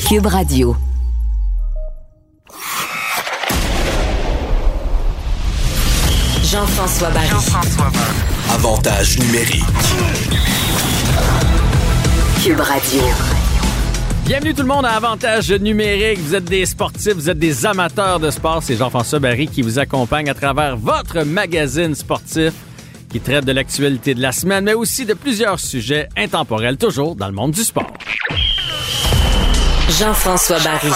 Cube Radio. Jean-François Barry. Avantage numérique. Cube Radio. Bienvenue tout le monde à Avantage numérique. Vous êtes des sportifs, vous êtes des amateurs de sport. C'est Jean-François Barry qui vous accompagne à travers votre magazine sportif qui traite de l'actualité de la semaine, mais aussi de plusieurs sujets intemporels, toujours dans le monde du sport. Jean-François Barry.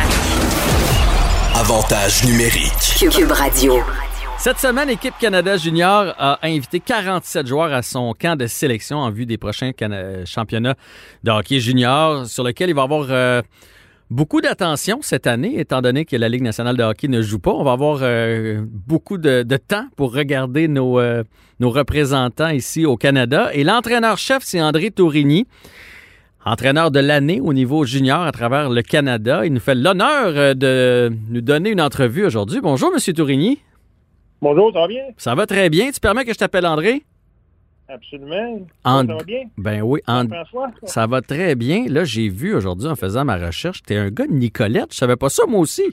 Avantage numérique. Cube Radio. Cette semaine, l'équipe Canada Junior a invité 47 joueurs à son camp de sélection en vue des prochains championnats de hockey junior, sur lequel il va y avoir beaucoup d'attention cette année, étant donné que la Ligue nationale de hockey ne joue pas. On va avoir beaucoup de temps pour regarder nos représentants ici au Canada. Et l'entraîneur-chef, c'est André Tourigny, entraîneur de l'année au niveau junior à travers le Canada. Il nous fait l'honneur de nous donner une entrevue aujourd'hui. Bonjour, M. Tourigny. Bonjour, ça va bien? Ça va très bien. Tu permets que je t'appelle André? Absolument. Ça va bien? Ben oui. François? Ça va très bien. Là, j'ai vu aujourd'hui, en faisant ma recherche, t'es un gars de Nicolette. Je savais pas ça, moi aussi.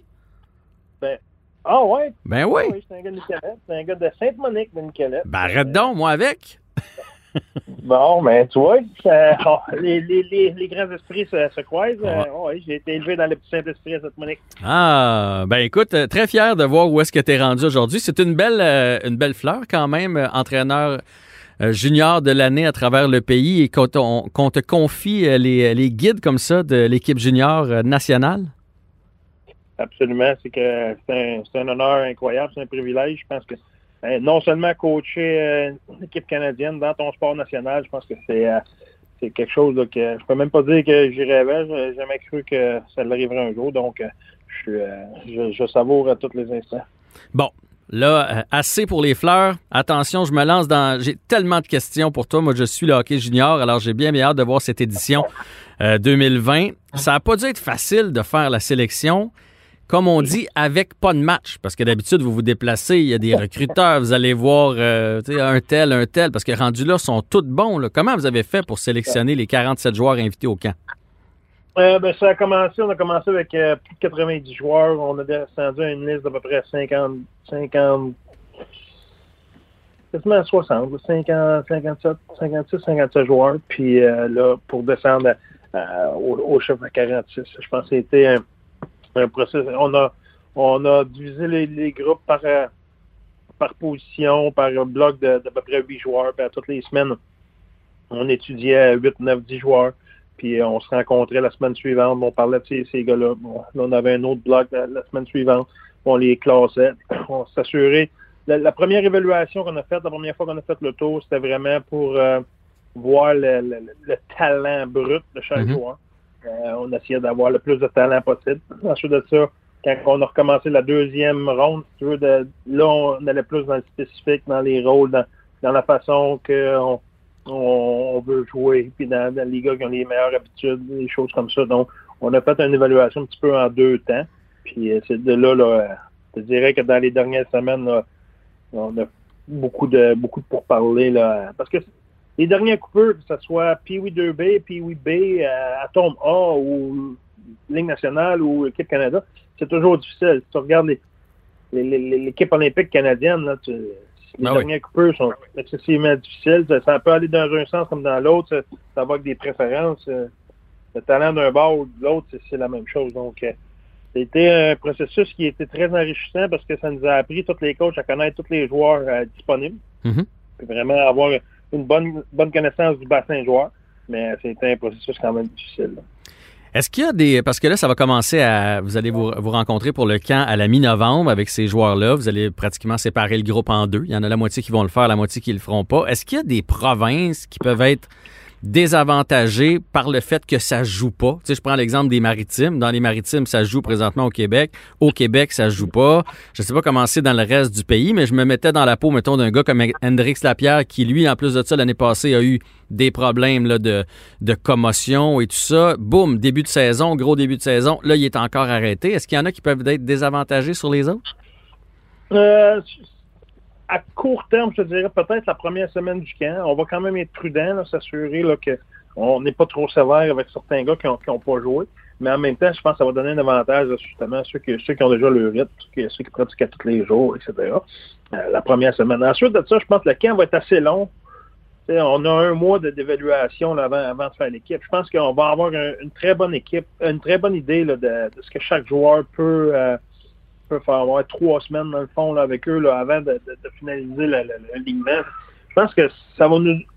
Ah ouais? Ben oui. Oui, c'est un gars de Nicolette. C'est un gars de Sainte-Monique de Nicolette. Ben arrête donc, moi avec. Bon, ben tu vois, les grands esprits se croisent. Oui, j'ai été élevé dans le petit Saint-Esprit à Sainte-Monique. Ah, ben écoute, très fier de voir où est-ce que t'es rendu aujourd'hui. C'est une belle fleur quand même, entraîneur junior de l'année à travers le pays, et qu'on te confie les guides comme ça de l'équipe junior nationale. Absolument, c'est un honneur incroyable, c'est un privilège. Je pense que non seulement coacher une équipe canadienne dans ton sport national, je pense que c'est quelque chose là, que je peux même pas dire que j'y rêvais. J'ai jamais cru que ça l'arriverait un jour. Donc, je savoure à tous les instants. Bon, là, assez pour les fleurs. Attention, je me lance dans... J'ai tellement de questions pour toi. Moi, je suis le hockey junior, alors j'ai bien hâte de voir cette édition 2020. Ça n'a pas dû être facile de faire la sélection, comme on dit, avec pas de match. Parce que d'habitude, vous vous déplacez, il y a des recruteurs, vous allez voir un tel, parce que rendus là, sont tous bons. Là. Comment vous avez fait pour sélectionner les 47 joueurs invités au camp? On a commencé avec plus de 90 joueurs. On a descendu à une liste d'à peu près 50, quasiment 60, 57, 56, 57 joueurs. Puis là, pour descendre au chiffre de 46, je pense que c'était un processus. On a divisé les groupes par position, par bloc d'à peu près 8 joueurs. Puis à toutes les semaines, on étudiait 8, 9, 10 joueurs. Puis on se rencontrait la semaine suivante. On parlait de ces gars-là. Bon, là, on avait un autre bloc la semaine suivante. On les classait. On s'assurait. La première évaluation qu'on a faite, la première fois qu'on a fait le tour, c'était vraiment pour voir le talent brut de chaque joueur. On essayait d'avoir le plus de talent possible. Ensuite de ça, quand on a recommencé la deuxième ronde, si tu veux, là, on allait plus dans le spécifique, dans les rôles, dans la façon qu'on veut jouer, puis dans les gars qui ont les meilleures habitudes, des choses comme ça. Donc, on a fait une évaluation un petit peu en 2 temps. Puis c'est de là, je dirais que dans les dernières semaines, là, on a beaucoup de pourparlers, là, parce que les derniers coupeurs, que ce soit Pee-Wee 2B, Pee-Wee B, Atome A ou Ligue nationale ou équipe Canada, c'est toujours difficile. Si tu regardes l'équipe olympique canadienne, là, les derniers coupeurs sont excessivement difficiles. Ça peut aller dans un sens comme dans l'autre. Ça va avec des préférences. Le talent d'un bord ou de l'autre, c'est la même chose. Donc, c'était un processus qui était très enrichissant parce que ça nous a appris, tous les coachs, à connaître tous les joueurs disponibles. Puis vraiment avoir une bonne connaissance du bassin joueur. Mais c'était un processus quand même difficile. Là. Est-ce qu'il y a des... Parce que là, ça va commencer à... Vous allez vous rencontrer pour le camp à la mi-novembre avec ces joueurs-là. Vous allez pratiquement séparer le groupe en 2. Il y en a la moitié qui vont le faire, la moitié qui le feront pas. Est-ce qu'il y a des provinces qui peuvent être désavantagées par le fait que ça joue pas? Tu sais, je prends l'exemple des Maritimes. Dans les Maritimes, ça joue présentement au Québec. Au Québec, ça joue pas. Je sais pas comment c'est dans le reste du pays, mais je me mettais dans la peau, mettons, d'un gars comme Hendrix Lapierre qui, lui, en plus de ça, l'année passée, a eu des problèmes là, de commotion et tout ça. Boum, début de saison, gros début de saison. Là, il est encore arrêté. Est-ce qu'il y en a qui peuvent être désavantagés sur les autres? À court terme, je te dirais peut-être la première semaine du camp. On va quand même être prudent, là, s'assurer là, on n'est pas trop sévère avec certains gars qui ont pas joué. Mais en même temps, je pense que ça va donner un avantage justement à ceux qui ont déjà le rythme, ceux qui pratiquent à tous les jours, etc. La première semaine. Ensuite de ça, je pense que le camp va être assez long. T'sais, on a un mois d'évaluation là, avant de faire l'équipe. Je pense qu'on va avoir une très bonne équipe, une très bonne idée là, de ce que chaque joueur peut faire. Avoir 3 semaines dans le fond là, avec eux là, avant de finaliser l'alignement. Je pense que ça va nous...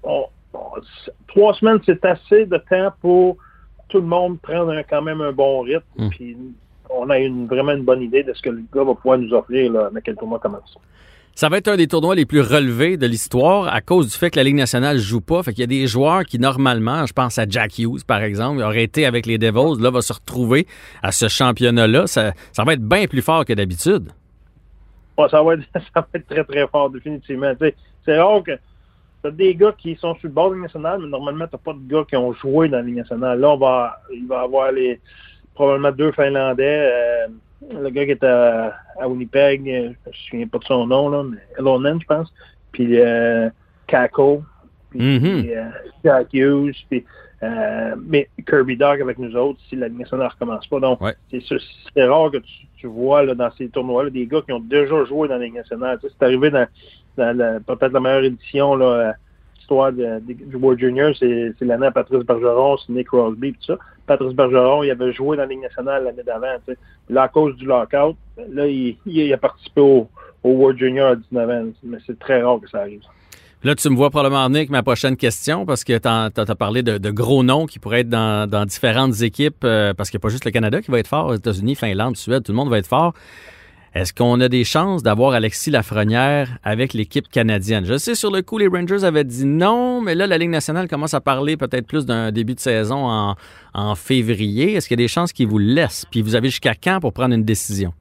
3 semaines, c'est assez de temps pour tout le monde prendre quand même un bon rythme. Puis on a vraiment une bonne idée de ce que le gars va pouvoir nous offrir là, quand le tournoi commence. Ça va être un des tournois les plus relevés de l'histoire à cause du fait que la Ligue nationale ne joue pas. Fait qu'il y a des joueurs qui, normalement, je pense à Jack Hughes, par exemple, auraient été avec les Devils, là, va se retrouver à ce championnat-là. Ça va être bien plus fort que d'habitude. Ouais, ça va être très, très fort, définitivement. T'sais, c'est rare que t'as des gars qui sont sur le bord de la Ligue nationale, mais normalement, t'as pas de gars qui ont joué dans la Ligue nationale. Là, il va y avoir probablement 2 Finlandais. Le gars qui était à Winnipeg, je me souviens pas de son nom, là, mais Elonen, je pense. Puis Kako, puis Jack Hughes, puis mais Kirby Dog avec nous autres, si la Ligue nationale ne recommence pas. Donc, c'est rare que tu vois là, dans ces tournois-là des gars qui ont déjà joué dans la Ligue nationale. Tu sais, c'est arrivé dans peut-être la meilleure édition, là, l'histoire du World Junior, c'est l'année à Patrice Bergeron, c'est Nick Crosby, tout ça. Patrice Bergeron, il avait joué dans la Ligue nationale l'année d'avant. Tu sais. Là, à cause du lockout, là, il a participé au World Junior à 19 ans. Mais c'est très rare que ça arrive. Là, tu me vois probablement venir avec ma prochaine question parce que tu as parlé de gros noms qui pourraient être dans différentes équipes parce qu'il n'y a pas juste le Canada qui va être fort, aux États-Unis, Finlande, Suède, tout le monde va être fort. Est-ce qu'on a des chances d'avoir Alexis Lafrenière avec l'équipe canadienne? Je sais, sur le coup, les Rangers avaient dit non, mais là, la Ligue nationale commence à parler peut-être plus d'un début de saison en février. Est-ce qu'il y a des chances qu'ils vous laissent? Puis vous avez jusqu'à quand pour prendre une décision?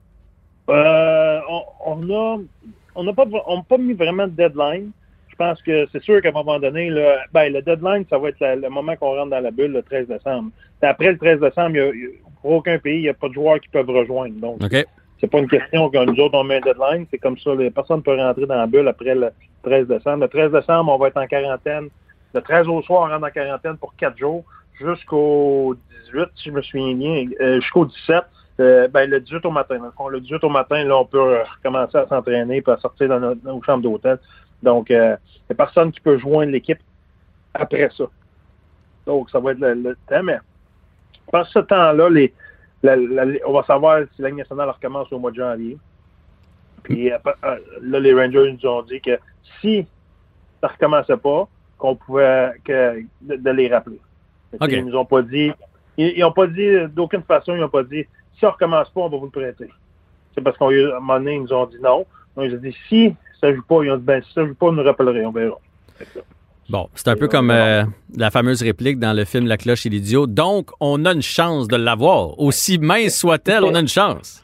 On n'a pas mis vraiment de deadline. Je pense que c'est sûr qu'à un moment donné, le deadline, ça va être le moment qu'on rentre dans la bulle le 13 décembre. Après le 13 décembre, pour aucun pays, il n'y a pas de joueurs qui peuvent rejoindre. Donc, c'est pas une question que nous autres, on met un deadline. C'est comme ça, personne ne peut rentrer dans la bulle après le 13 décembre. Le 13 décembre, on va être en quarantaine. Le 13 au soir, on rentre en quarantaine pour 4 jours jusqu'au 18, si je me souviens bien, jusqu'au 17. Le 18 au matin. Le 18 au matin, là, on peut recommencer à s'entraîner et à sortir dans nos chambres d'hôtel. Donc, il n'y a personne qui peut joindre l'équipe après ça. Donc, ça va être le temps. Mais pendant ce temps-là, on va savoir si la Ligue nationale recommence au mois de janvier. Puis là, les Rangers nous ont dit que si ça ne recommençait pas, qu'on pouvait de les rappeler. Okay. Ils nous ont pas dit. Ils n'ont pas dit d'aucune façon, ils n'ont pas dit si ça ne recommence pas, on va vous le prêter. C'est parce qu'à un moment donné, ils nous ont dit non. Donc, ils ont dit si ça ne joue pas, ils ont dit si ça ne joue pas, nous rappellerez, on verra. Bon, c'est un peu comme la fameuse réplique dans le film La cloche et l'idiot. Donc, on a une chance de l'avoir. Aussi mince soit-elle, on a une chance.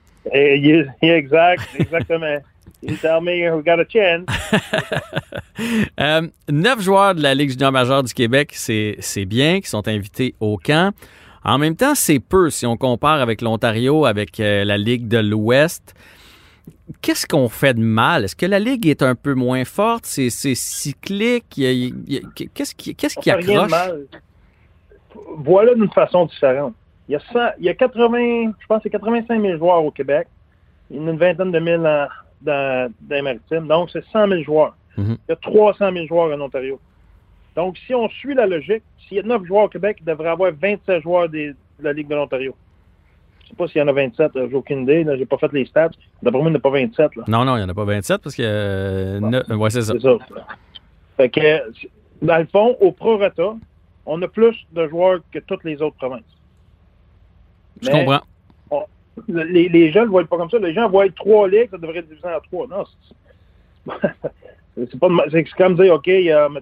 Exactement. You tell me we got a chance. 9 joueurs de la Ligue junior majeure du Québec, c'est bien, qui sont invités au camp. En même temps, c'est peu si on compare avec l'Ontario, avec la Ligue de l'Ouest. Qu'est-ce qu'on fait de mal? Est-ce que la Ligue est un peu moins forte? C'est cyclique? Qu'est-ce qui accroche? Rien de mal. Voilà d'une façon différente. Il y a 85 000 joueurs au Québec. Il y en a une vingtaine de mille dans les maritimes. Donc, c'est 100 000 joueurs. Il y a 300 000 joueurs en Ontario. Donc, si on suit la logique, s'il y a 9 joueurs au Québec, il devrait y avoir 27 joueurs de la Ligue de l'Ontario. Je ne sais pas s'il y en a 27, j'ai aucune idée. Je n'ai pas fait les stats. D'après moi, il n'y en a pas 27. Là. Non, il n'y en a pas 27 parce que... Ouais, c'est ça. C'est ça. Fait que, dans le fond, au prorata, on a plus de joueurs que toutes les autres provinces. Je comprends. Les gens ne le voient pas comme ça. Les gens voient 3 ligues, ça devrait être divisé en 3. Non, c'est comme dire, OK, il y a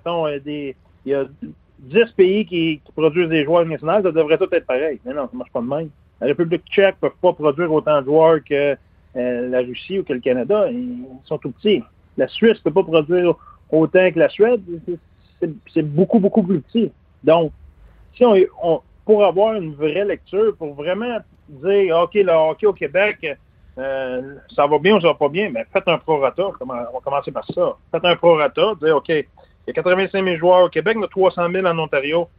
10 pays qui produisent des joueurs nationaux, ça devrait tout être pareil. Mais non, ça ne marche pas de même. La République tchèque ne peut pas produire autant de joueurs que la Russie ou que le Canada. Ils sont tout petits. La Suisse ne peut pas produire autant que la Suède. C'est beaucoup, beaucoup plus petit. Donc, si pour avoir une vraie lecture, pour vraiment dire, OK, le hockey au Québec, ça va bien ou ça va pas bien, mais faites un prorata. On va commencer par ça. Faites un prorata. Dire, OK, il y a 85 000 joueurs au Québec, il y en a 300 000 en Ontario.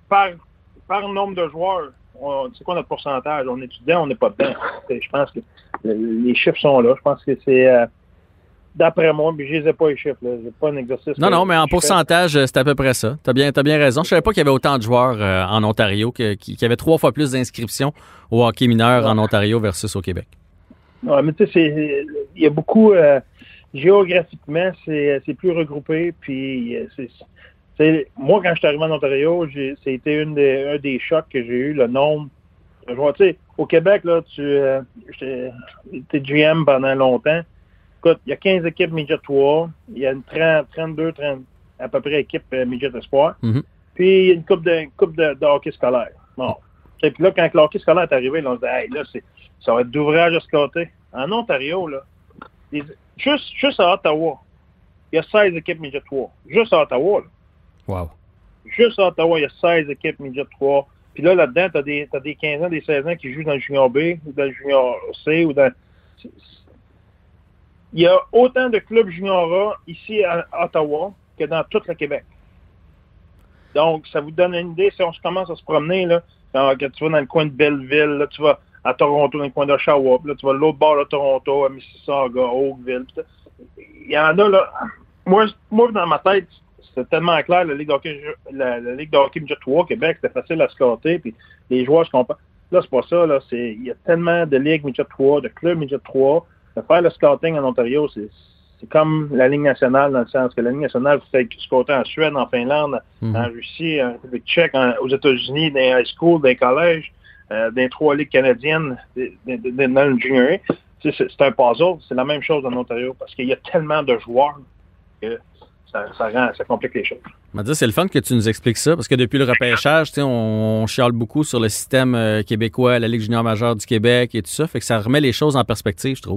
par nombre de joueurs, c'est quoi notre pourcentage? On étudiant, on n'est pas dedans. Je pense que les chiffres sont là. Je pense que c'est, d'après moi, mais je les ai pas les chiffres. Là. J'ai pas un exercice. Non, mais en pourcentage, c'est à peu près ça. T'as bien raison. Je savais pas qu'il y avait autant de joueurs en Ontario, qu'il y avait 3 fois plus d'inscriptions au hockey mineur en Ontario versus au Québec. Oui, mais tu sais, il y a beaucoup... géographiquement, c'est plus regroupé. Puis, moi, quand je suis arrivé en Ontario, c'était un des chocs que j'ai eu, le nombre de joueurs. Tu sais, au Québec, là, j'étais GM pendant longtemps. Écoute, il y a 15 équipes midget 3, il y a une 30 à peu près équipes midget espoir. Mm-hmm. Puis, il y a une coupe de hockey scolaire. Bon. Et puis là, quand le hockey scolaire est arrivé, là, on se dit, hey, là, ça va être d'ouvrage à ce côté. En Ontario, là, juste à Ottawa, il y a 16 équipes midget 3. Juste à Ottawa, là. Wow. Juste à Ottawa, il y a 16 équipes midget 3. Puis là-dedans, t'as des 15 ans, des 16 ans qui jouent dans le junior B, ou dans le junior C, ou dans... Il y a autant de clubs junior A ici à Ottawa que dans tout le Québec. Donc, ça vous donne une idée. Si on commence à se promener, là, quand tu vas dans le coin de Belleville, là, tu vas à Toronto, dans le coin d'Oshawa, là, tu vas de l'autre bord de Toronto, à Mississauga, Oakville. Il y en a, là. Moi, dans ma tête, c'était tellement clair, la Ligue de hockey midget 3 au Québec, c'était facile à scorer, puis les joueurs se comparent. Là, c'est pas ça, là. Il y a tellement de ligues midget 3, de clubs midget 3. Faire le scouting en Ontario, c'est comme la Ligue nationale, dans le sens que la Ligue nationale fait scouter en Suède, en Finlande, en Russie, en République tchèque, aux États-Unis, dans les high school, dans les collèges, dans les 3 ligues canadiennes, dans le junior A. C'est un puzzle. C'est la même chose en Ontario, parce qu'il y a tellement de joueurs que ça complique les choses. C'est le fun que tu nous expliques ça, parce que depuis le repêchage, on chiale beaucoup sur le système québécois, la Ligue junior majeure du Québec et tout ça, fait que ça remet les choses en perspective, je trouve.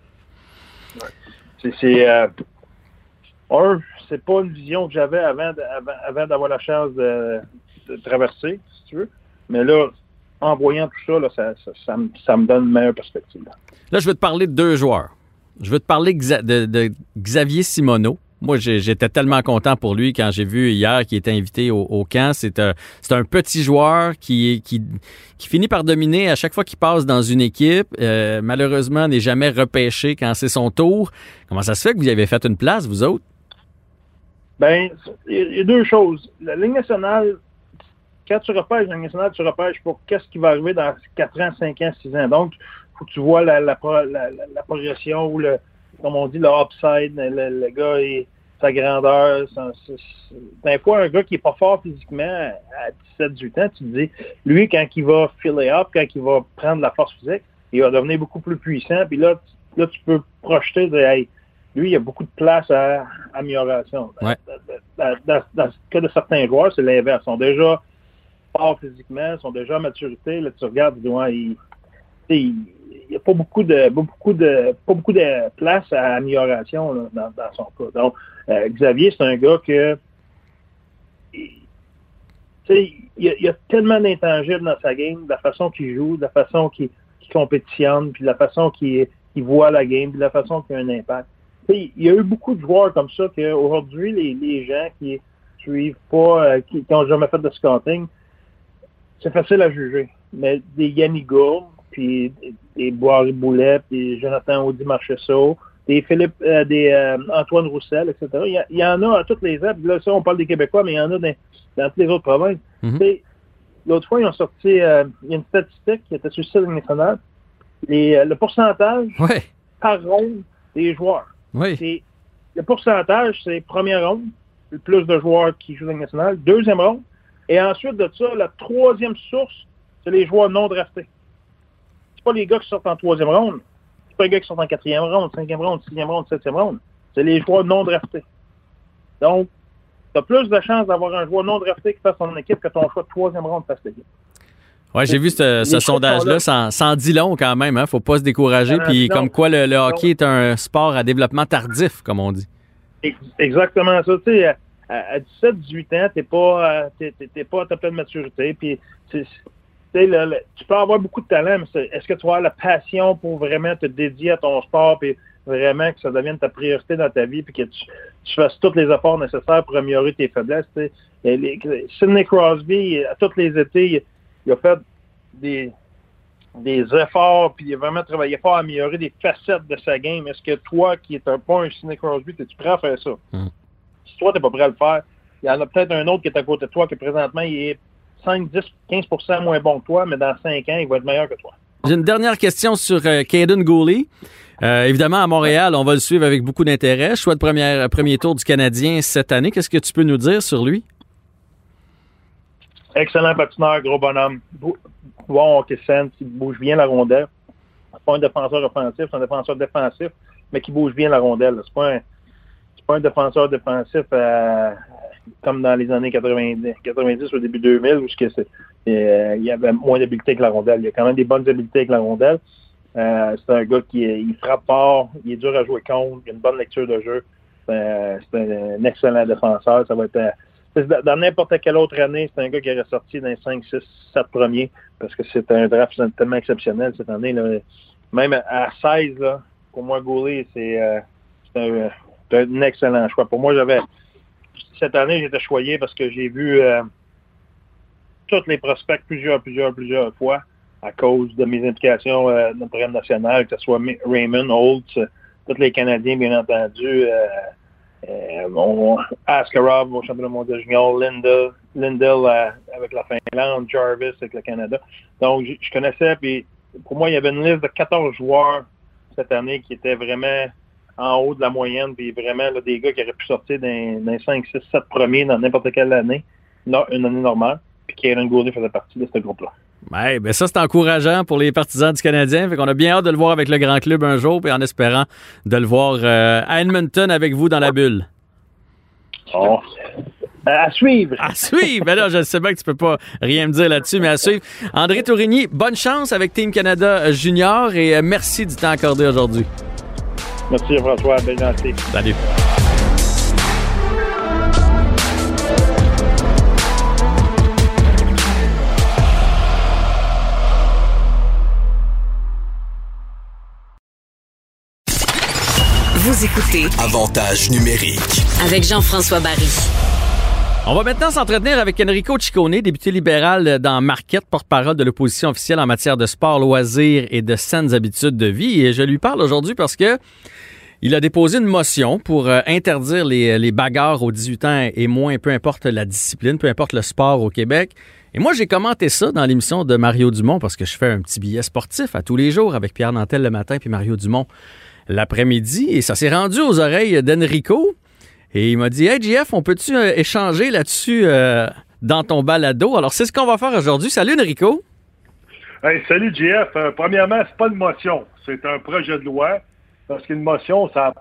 C'est pas une vision que j'avais avant d'avoir la chance de traverser, si tu veux. Mais là, en voyant tout ça, là, ça me donne une meilleure perspective. Là, je veux te parler de 2 joueurs. Je veux te parler de Xavier Simoneau. Moi, j'étais tellement content pour lui quand j'ai vu hier qu'il était invité au camp. C'est un petit joueur qui finit par dominer à chaque fois qu'il passe dans une équipe. Malheureusement, n'est jamais repêché quand c'est son tour. Comment ça se fait que vous y avez fait une place, vous autres? Ben, il y a 2 choses. La Ligue nationale, quand tu repêches la Ligue nationale, tu repêches pour qu'est-ce qui va arriver dans 4 ans, 5 ans, 6 ans. Donc, il faut que tu vois la progression ou comme on dit, le upside, le gars, sa grandeur. Des fois, un gars qui n'est pas fort physiquement à 17-18 ans, tu te dis, lui, quand il va fill up, quand il va prendre la force physique, il va devenir beaucoup plus puissant. Puis là, tu peux projeter de, hey, lui, il y a beaucoup de place à amélioration. Ouais. Dans le cas de certains joueurs, c'est l'inverse. Ils sont déjà forts physiquement, ils sont déjà à maturité. Là, tu regardes, tu dis, ouais, il n'y a pas beaucoup de place à amélioration là, dans son cas. Donc, Xavier, c'est un gars que il y a tellement d'intangibles dans sa game, de la façon qu'il joue, de la façon qu'il compétitionne, puis de la façon qu'il voit la game, puis de la façon qu'il a un impact. Il y a eu beaucoup de joueurs comme ça qu'aujourd'hui, les gens qui suivent pas, qui n'ont jamais fait de scouting, c'est facile à juger. Mais des Yannick Gourde, puis des Boiry-Boulet, puis Jonathan Audy-Marchessault, des Antoine Roussel, etc. Il y en a à toutes les apps. Là, ça, on parle des Québécois, mais il y en a dans toutes les autres provinces. Mm-hmm. L'autre fois, ils ont sorti il y a une statistique qui était sur le site national. Le pourcentage par ronde des joueurs. Oui. Le pourcentage, c'est première ronde, le plus de joueurs qui jouent dans la nationale. Deuxième ronde. Et ensuite de ça, la troisième source, c'est les joueurs non draftés. C'est pas les gars qui sortent en troisième ronde. C'est pas les gars qui sortent en quatrième ronde, cinquième ronde, sixième ronde, septième ronde. C'est les joueurs non draftés. Donc, tu as plus de chances d'avoir un joueur non drafté qui fasse son équipe que ton choix de troisième ronde fasse l'équipe. Oui, j'ai vu ce sondage-là. Ça en dit long quand même. Hein? Faut pas se décourager. Puis comme quoi le hockey est un sport à développement tardif, comme on dit. Exactement ça. Tu sais, à 17-18 ans, t'es pas à ta pleine maturité. Puis tu sais, tu peux avoir beaucoup de talent, mais est-ce que tu vas avoir la passion pour vraiment te dédier à ton sport et vraiment que ça devienne ta priorité dans ta vie puis que tu fasses tous les efforts nécessaires pour améliorer tes faiblesses? Sidney Crosby, à tous les étés, il a fait des efforts puis il a vraiment travaillé fort à améliorer des facettes de sa game. Est-ce que toi, qui est pas un Sidney Crosby, es-tu prêt à faire ça? Si toi, t'es pas prêt à le faire, il y en a peut-être un autre qui est à côté de toi que présentement, il est 5, 10, 15% moins bon que toi, mais dans 5 ans, il va être meilleur que toi. J'ai une dernière question sur Caden Gooley. Évidemment, à Montréal, on va le suivre avec beaucoup d'intérêt. Choix de premier tour du Canadien cette année. Qu'est-ce que tu peux nous dire sur lui? Excellent patineur, gros bonhomme. Bon hockey sense, il bouge bien la rondelle. C'est pas un défenseur offensif, c'est un défenseur défensif, mais qui bouge bien la rondelle. C'est pas un défenseur défensif comme dans les années 90 au début 2000, où il y avait moins d'habileté que la rondelle. Il y a quand même des bonnes habiletés avec la rondelle. C'est un gars il frappe fort, il est dur à jouer contre, il a une bonne lecture de jeu. C'est un excellent défenseur. Ça va être dans n'importe quelle autre année, c'est un gars qui est ressorti dans les 5, 6, 7 premiers, parce que c'est un draft tellement exceptionnel cette année. Là. Même à 16, là, pour moi, Gooley, c'est un excellent choix. Pour moi, cette année, j'étais choyé parce que j'ai vu tous les prospects plusieurs fois à cause de mes implications dans le programme national, que ce soit Raymond, Holtz, tous les Canadiens, bien entendu, Askarov au championnat mondial junior, Lindell avec la Finlande, Jarvis avec le Canada. Donc, je connaissais, puis pour moi, il y avait une liste de 14 joueurs cette année qui étaient vraiment en haut de la moyenne, puis vraiment là, des gars qui auraient pu sortir dans 5, 6, 7 premiers dans n'importe quelle année, une année normale, puis Caden Gooley faisait partie de ce groupe-là. Ouais, ben ça, c'est encourageant pour les partisans du Canadien. Fait qu'on a bien hâte de le voir avec le grand club un jour, puis en espérant de le voir à Edmonton avec vous dans la bulle. Oh. À suivre. À suivre. Ben là, je sais bien que tu peux pas rien me dire là-dessus, mais à suivre. André Tourigny, bonne chance avec Team Canada Junior et merci du temps accordé aujourd'hui. Merci François, bien gentil. Salut. Vous écoutez Avantage numérique avec Jean-François Barry. On va maintenant s'entretenir avec Enrico Ciccone, député libéral dans Marquette, porte-parole de l'opposition officielle en matière de sport, loisirs et de saines habitudes de vie. Et je lui parle aujourd'hui parce que il a déposé une motion pour interdire les bagarres aux 18 ans et moins, peu importe la discipline, peu importe le sport au Québec. Et moi, j'ai commenté ça dans l'émission de Mario Dumont parce que je fais un petit billet sportif à tous les jours avec Pierre Nantel le matin puis Mario Dumont l'après-midi. Et ça s'est rendu aux oreilles d'Enrico. Et il m'a dit « Hey, JF, on peut-tu échanger là-dessus dans ton balado? » Alors, c'est ce qu'on va faire aujourd'hui. Salut, Enrico. Hey, salut, JF. Premièrement, c'est pas une motion. C'est un projet de loi. Parce qu'une motion, ça n'a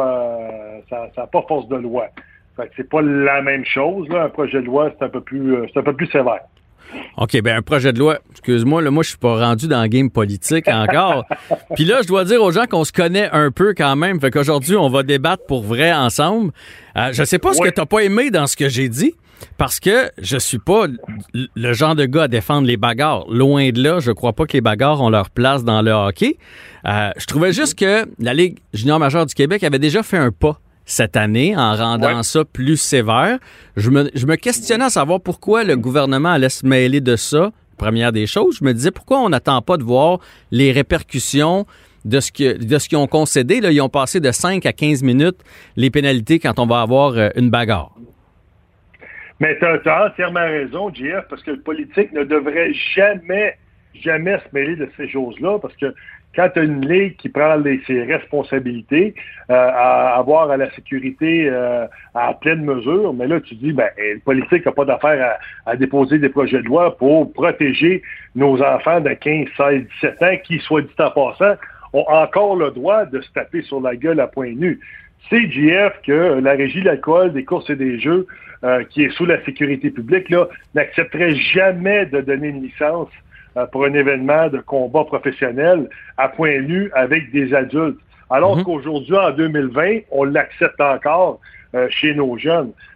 pas force de loi. Fait que c'est pas la même chose. Là. Un projet de loi, c'est un peu plus sévère. OK, bien, un projet de loi, excuse-moi, là, moi, je suis pas rendu dans le game politique encore. Puis là, je dois dire aux gens qu'on se connaît un peu quand même. Fait qu'aujourd'hui, on va débattre pour vrai ensemble. Je sais pas ce que t'as pas aimé dans ce que j'ai dit, parce que je suis pas le genre de gars à défendre les bagarres. Loin de là, je crois pas que les bagarres ont leur place dans le hockey. Je trouvais juste que la Ligue junior majeure du Québec avait déjà fait un pas cette année en rendant ça plus sévère. Je me questionnais à savoir pourquoi le gouvernement allait se mêler de ça. Première des choses, je me disais pourquoi on n'attend pas de voir les répercussions de ce qu'ils ont concédé. Là, ils ont passé de 5 à 15 minutes les pénalités quand on va avoir une bagarre. Mais tu as entièrement raison, JF, parce que le politique ne devrait jamais se mêler de ces choses-là, parce que quand tu as une ligue qui prend ses responsabilités à avoir à la sécurité à pleine mesure, mais là, tu dis, le politique n'a pas d'affaire à déposer des projets de loi pour protéger nos enfants de 15, 16, 17 ans qui, soit dit en passant, ont encore le droit de se taper sur la gueule à point nu. C'est, JF, que la Régie de l'alcool, des courses et des jeux, qui est sous la sécurité publique, là, n'accepterait jamais de donner une licence pour un événement de combat professionnel à point nu avec des adultes. Alors qu'aujourd'hui, en 2020, on l'accepte encore chez nos jeunes.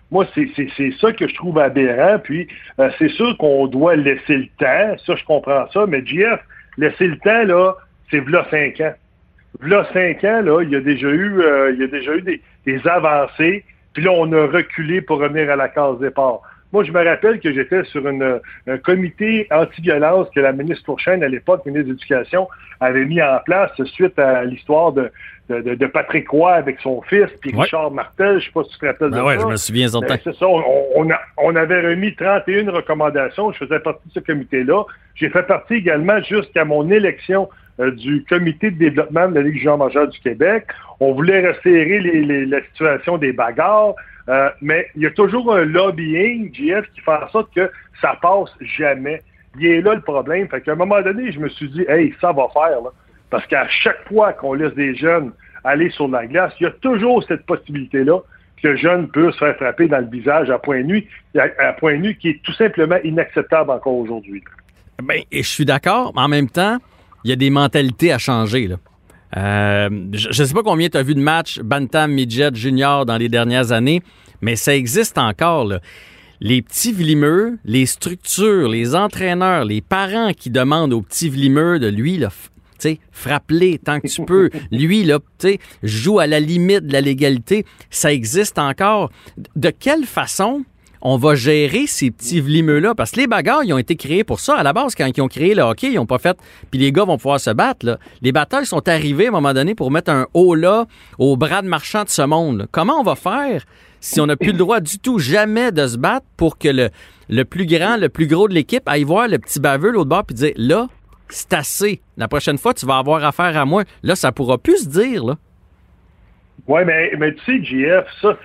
Moi, c'est ça que je trouve aberrant. Puis, c'est sûr qu'on doit laisser le temps. Ça, je comprends ça. Mais JF, laisser le temps, là, c'est v'là 5 ans. V'là 5 ans, là, il y a déjà eu des avancées. Puis là, on a reculé pour revenir à la case départ. Moi, je me rappelle que j'étais sur un comité anti-violence que la ministre Tourchaine, à l'époque, ministre de l'Éducation, avait mis en place suite à l'histoire de Patrick Roy avec son fils, puis Richard Martel, je ne sais pas si tu te rappelles de ça. Oui, je me souviens longtemps. C'est ça, on avait remis 31 recommandations, je faisais partie de ce comité-là. J'ai fait partie également jusqu'à mon élection du comité de développement de la Ligue junior majeure du Québec. On voulait resserrer la situation des bagarres, mais il y a toujours un lobbying, JF, qui fait en sorte que ça passe jamais. Il est là le problème. Fait qu'à un moment donné, je me suis dit, hey, ça va faire, là. Parce qu'à chaque fois qu'on laisse des jeunes aller sur la glace, il y a toujours cette possibilité-là que le jeune peut se faire frapper dans le visage à point nu qui est tout simplement inacceptable encore aujourd'hui. Bien, et je suis d'accord, mais en même temps, il y a des mentalités à changer, là. Je ne sais pas combien tu as vu de matchs Bantam, Midget, Junior dans les dernières années, mais ça existe encore, là. Les petits vlimeux, les structures, les entraîneurs, les parents qui demandent aux petits vlimeux de lui, là, frappe-les tant que tu peux. Lui, là, joue à la limite de la légalité. Ça existe encore. De quelle façon on va gérer ces petits vlimeux-là? Parce que les bagarres, ils ont été créés pour ça. À la base, quand ils ont créé le hockey, ils n'ont pas fait... Puis les gars vont pouvoir se battre, là. Les batteurs sont arrivés, à un moment donné, pour mettre un haut là au bras de marchand de ce monde, là. Comment on va faire si on n'a plus le droit du tout, jamais, de se battre pour que le plus grand, le plus gros de l'équipe aille voir le petit baveux l'autre bord puis dire, là, c'est assez. La prochaine fois, tu vas avoir affaire à moi. Là, ça pourra plus se dire, là. Oui, mais tu sais, JF, ça,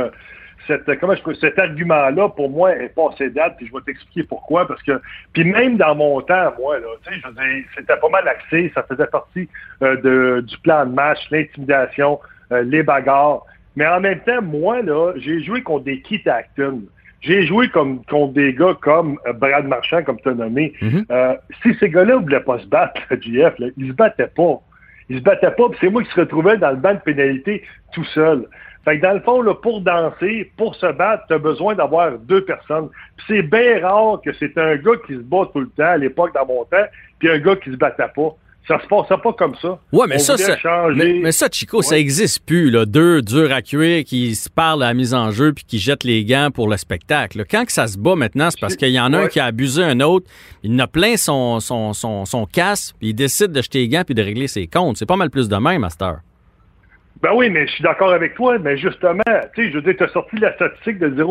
cet argument-là, pour moi, est passé date, puis je vais t'expliquer pourquoi, parce que, puis même dans mon temps, moi, là, tu sais, je veux dire, c'était pas mal axé, ça faisait partie du plan de match, l'intimidation, les bagarres, mais en même temps, moi, là, j'ai joué contre des Keith Acton. J'ai joué contre des gars comme Brad Marchand, comme tu as nommé. Si ces gars-là ne voulaient pas se battre, le GF, là, ils se battaient pas. Ils se battaient pas, puis c'est moi qui se retrouvais dans le banc de pénalité tout seul. Fait que dans le fond, là, pour danser, pour se battre, tu as besoin d'avoir 2 personnes. Puis c'est bien rare que c'est un gars qui se bat tout le temps, à l'époque, dans mon temps, puis un gars qui se battait pas. Ça se passait pas comme ça. Ouais, mais mais ça, Chico, ça existe plus, là. 2 durs à cuire qui se parlent à la mise en jeu puis qui jettent les gants pour le spectacle. Là. Quand que ça se bat maintenant, c'est parce qu'il y en a un qui a abusé un autre, il en a plein son casse, puis il décide de jeter les gants puis de régler ses comptes. C'est pas mal plus de même, Master. Ben oui, mais je suis d'accord avec toi, mais justement, tu sais, je veux dire, tu as sorti la statistique de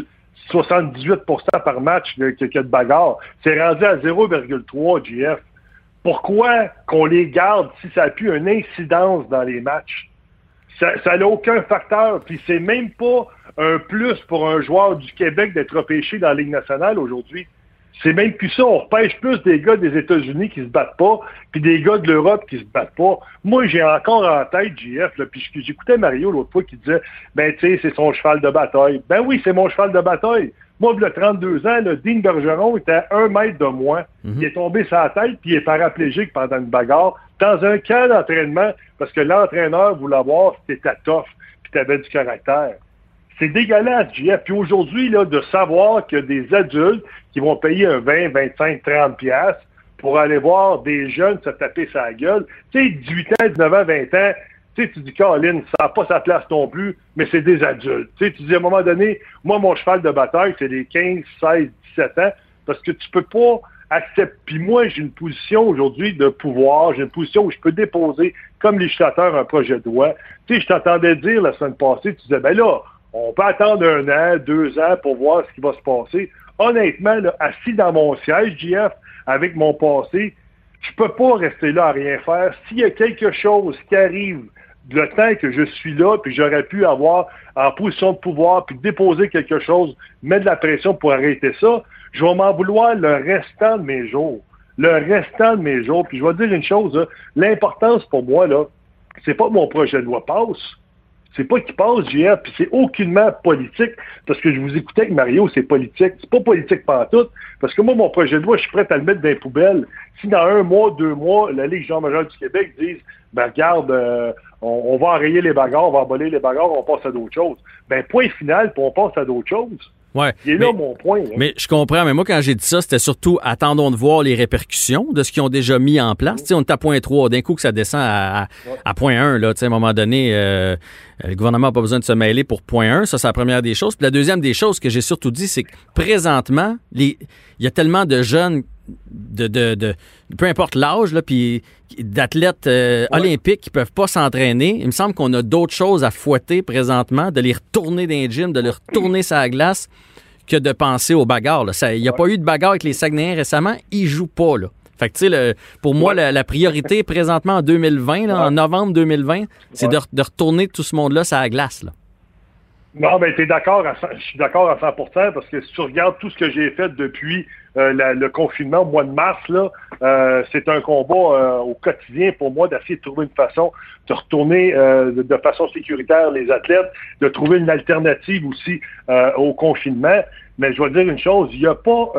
0,78% par match qu'il y a de bagarre. C'est rendu à 0,3, JF. Pourquoi qu'on les garde si ça n'a plus une incidence dans les matchs? Ça n'a aucun facteur. Puis c'est même pas un plus pour un joueur du Québec d'être repêché dans la Ligue nationale aujourd'hui. C'est même plus ça. On repêche plus des gars des États-Unis qui se battent pas, puis des gars de l'Europe qui se battent pas. Moi, j'ai encore en tête JF, là, puis j'écoutais Mario l'autre fois qui disait, ben tu sais, c'est son cheval de bataille. Ben oui, c'est mon cheval de bataille. Moi, il a 32 ans, là, Dean Bergeron était à 1 mètre de moi. Il est tombé sur la tête, puis il est paraplégique pendant une bagarre, dans un camp d'entraînement, parce que l'entraîneur voulait voir si t'étais tough, puis t'avais du caractère. C'est dégueulasse, JF. Puis aujourd'hui, là, de savoir qu'il y a des adultes qui vont payer un 20, 25, 30 piastres pour aller voir des jeunes se taper sa gueule. Tu sais, 18 ans, 19 ans, 20 ans, tu sais, tu dis, Colin, ça n'a pas sa place non plus, mais c'est des adultes. Tu sais, tu dis, à un moment donné, moi, mon cheval de bataille, c'est les 15, 16, 17 ans, parce que tu peux pas accepter. Puis moi, j'ai une position aujourd'hui de pouvoir, j'ai une position où je peux déposer, comme législateur, un projet de loi. Tu sais, je t'entendais dire la semaine passée, tu disais, ben là, on peut attendre 1 an, 2 ans pour voir ce qui va se passer. Honnêtement, là, assis dans mon siège, JF, avec mon passé, je peux pas rester là à rien faire. S'il y a quelque chose qui arrive le temps que je suis là, puis j'aurais pu avoir en position de pouvoir, puis déposer quelque chose, mettre de la pression pour arrêter ça, je vais m'en vouloir le restant de mes jours. Le restant de mes jours. Puis je vais te dire une chose, là, l'importance pour moi, là, c'est pas que mon projet de loi passe, C'est pas qu'il passe, JF, puis c'est aucunement politique, parce que je vous écoutais avec Mario, c'est politique. C'est pas politique pantoute, parce que moi, mon projet de loi, je suis prêt à le mettre dans les poubelles. Si dans 1 mois, 2 mois, la Ligue junior du Québec dise, ben regarde, on va enrayer les bagarres, on va abolir les bagarres, on passe à d'autres choses. Ben point final, puis on passe à d'autres choses. Ouais, Il est là mon point. Là. Mais je comprends, mais moi, quand j'ai dit ça, c'était surtout attendons de voir les répercussions de ce qu'ils ont déjà mis en place. Tu sais, on est à point 3, d'un coup que ça descend à point 1, là, tu sais, à un moment donné, le gouvernement n'a pas besoin de se mêler pour point 1, ça, c'est la première des choses. Puis la deuxième des choses que j'ai surtout dit, c'est que présentement, il y a tellement de jeunes de peu importe l'âge, là, puis d'athlètes olympiques qui peuvent pas s'entraîner. Il me semble qu'on a d'autres choses à fouetter présentement, de les retourner dans les gyms, de les retourner sur la glace, que de penser aux bagarres. Il n'y a pas eu de bagarre avec les Saguenayens récemment. Ils jouent pas, là. Fait que, tu sais, pour moi, la priorité présentement en 2020, là, en novembre 2020, c'est de retourner tout ce monde-là sur la glace, là. Non, ben je suis d'accord à 100%, parce que si tu regardes tout ce que j'ai fait depuis le confinement au mois de mars, là, c'est un combat au quotidien pour moi d'essayer de trouver une façon de retourner de façon sécuritaire les athlètes, de trouver une alternative aussi au confinement. Mais je vais dire une chose, il n'y a pas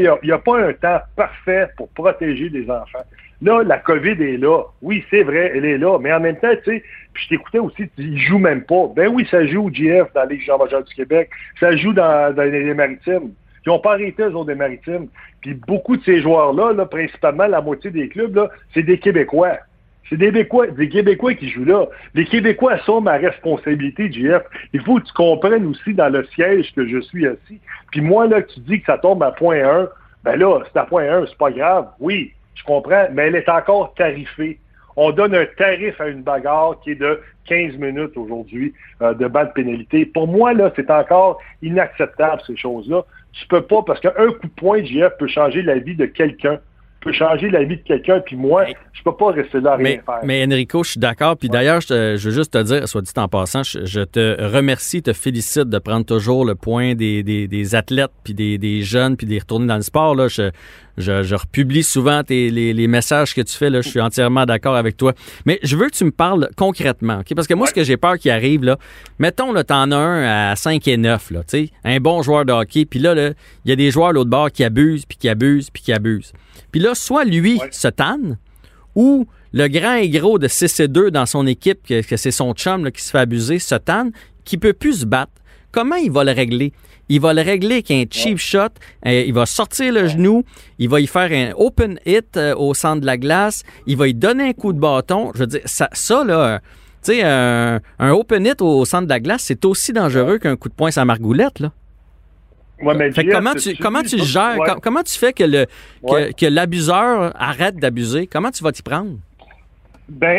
un temps parfait pour protéger les enfants. Là, la COVID est là. Oui, c'est vrai, elle est là. Mais en même temps, tu sais, puis je t'écoutais aussi, tu dis, ils jouent même pas. Ben oui, ça joue au GF dans la Ligue junior majeure du Québec. Ça joue dans les Maritimes. Ils n'ont pas arrêté, eux autres, des Maritimes. Puis beaucoup de ces joueurs-là, là, principalement la moitié des clubs, là, c'est des Québécois. C'est des Québécois qui jouent là. Les Québécois sont ma responsabilité, GF. Il faut que tu comprennes aussi dans le siège que je suis assis. Puis moi, là, tu dis que ça tombe à point 1. Ben là, c'est à point 1, c'est pas grave. Oui, je comprends, mais elle est encore tarifée. On donne un tarif à une bagarre qui est de 15 minutes aujourd'hui de ban de pénalité. Pour moi, là, c'est encore inacceptable, ces choses-là. Tu peux pas, parce qu'un coup de poing, JF, peut changer la vie de quelqu'un. Peut changer la vie de quelqu'un, puis moi, je peux pas rester là à rien faire. Mais Enrico, je suis d'accord. Puis d'ailleurs, je veux juste te dire, soit dit en passant, je te remercie, te félicite de prendre toujours le point des athlètes, puis des jeunes, puis de les retourner dans le sport. Là. Je republie souvent les messages que tu fais. Là. Je suis entièrement d'accord avec toi. Mais je veux que tu me parles concrètement. Okay? Parce que moi, ce que j'ai peur qui arrive, là, mettons, là, t'en as un à 5 et 9, là, un bon joueur de hockey. Puis là, il y a des joueurs à l'autre bord qui abusent, puis qui abusent, puis qui abusent. Puis là, soit lui se tanne, ou le grand et gros de 6 et 2 dans son équipe, que c'est son chum là, qui se fait abuser, se tanne, qui peut plus se battre. Comment il va le régler? Il va le régler avec un cheap shot, il va sortir le genou, il va y faire un open hit au centre de la glace, il va y donner un coup de bâton. Je veux dire, ça là, tu sais, un open hit au centre de la glace, c'est aussi dangereux qu'un coup de poing sur margoulette, là. Ouais, mais fait comment tu le gères? Ouais. Comment tu fais que l'abuseur arrête d'abuser? Comment tu vas t'y prendre? Ben,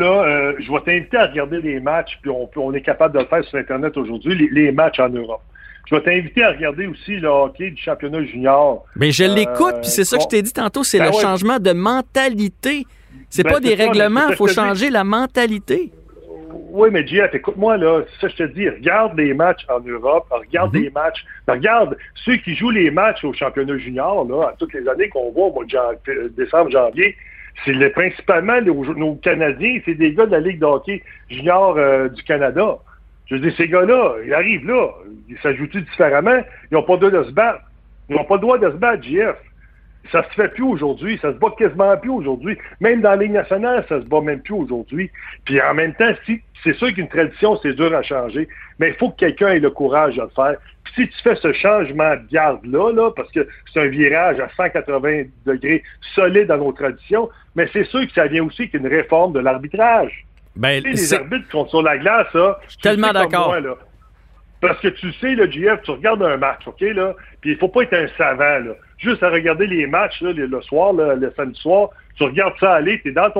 je vais t'inviter à regarder les matchs, puis on est capable de le faire sur Internet aujourd'hui, les matchs en Europe. Je vais t'inviter à regarder aussi le hockey du championnat junior. Mais je l'écoute, puis c'est ça que je t'ai dit tantôt, c'est le changement de mentalité. C'est pas des règlements, il faut changer la mentalité. Oui, mais Jeff, écoute-moi, là, c'est ça que je te dis, regarde les matchs en Europe, regarde les matchs, regarde ceux qui jouent les matchs au championnat junior, là, à toutes les années qu'on voit au mois de décembre, janvier, c'est principalement nos Canadiens, c'est des gars de la Ligue de hockey junior du Canada. Je veux dire, ces gars-là, ils arrivent là, ça joue-tu différemment? Ils n'ont pas le droit de se battre. Ils n'ont pas le droit de se battre, JF. Ça se fait plus aujourd'hui, ça se bat quasiment plus aujourd'hui. Même dans la Ligue nationale, ça se bat même plus aujourd'hui. Puis en même temps, c'est sûr qu'une tradition, c'est dur à changer, mais il faut que quelqu'un ait le courage de le faire. Puis si tu fais ce changement de garde-là, parce que c'est un virage à 180 degrés solide dans nos traditions, mais c'est sûr que ça vient aussi qu'une réforme de l'arbitrage. Ben, les arbitres qui sont sur la glace, là, je suis tellement d'accord. Moi, là, parce que tu sais, le GF, tu regardes un match, OK, là, puis il faut pas être un savant, là. Juste à regarder les matchs, là, le soir, là, le samedi soir, tu regardes ça aller, t'es dans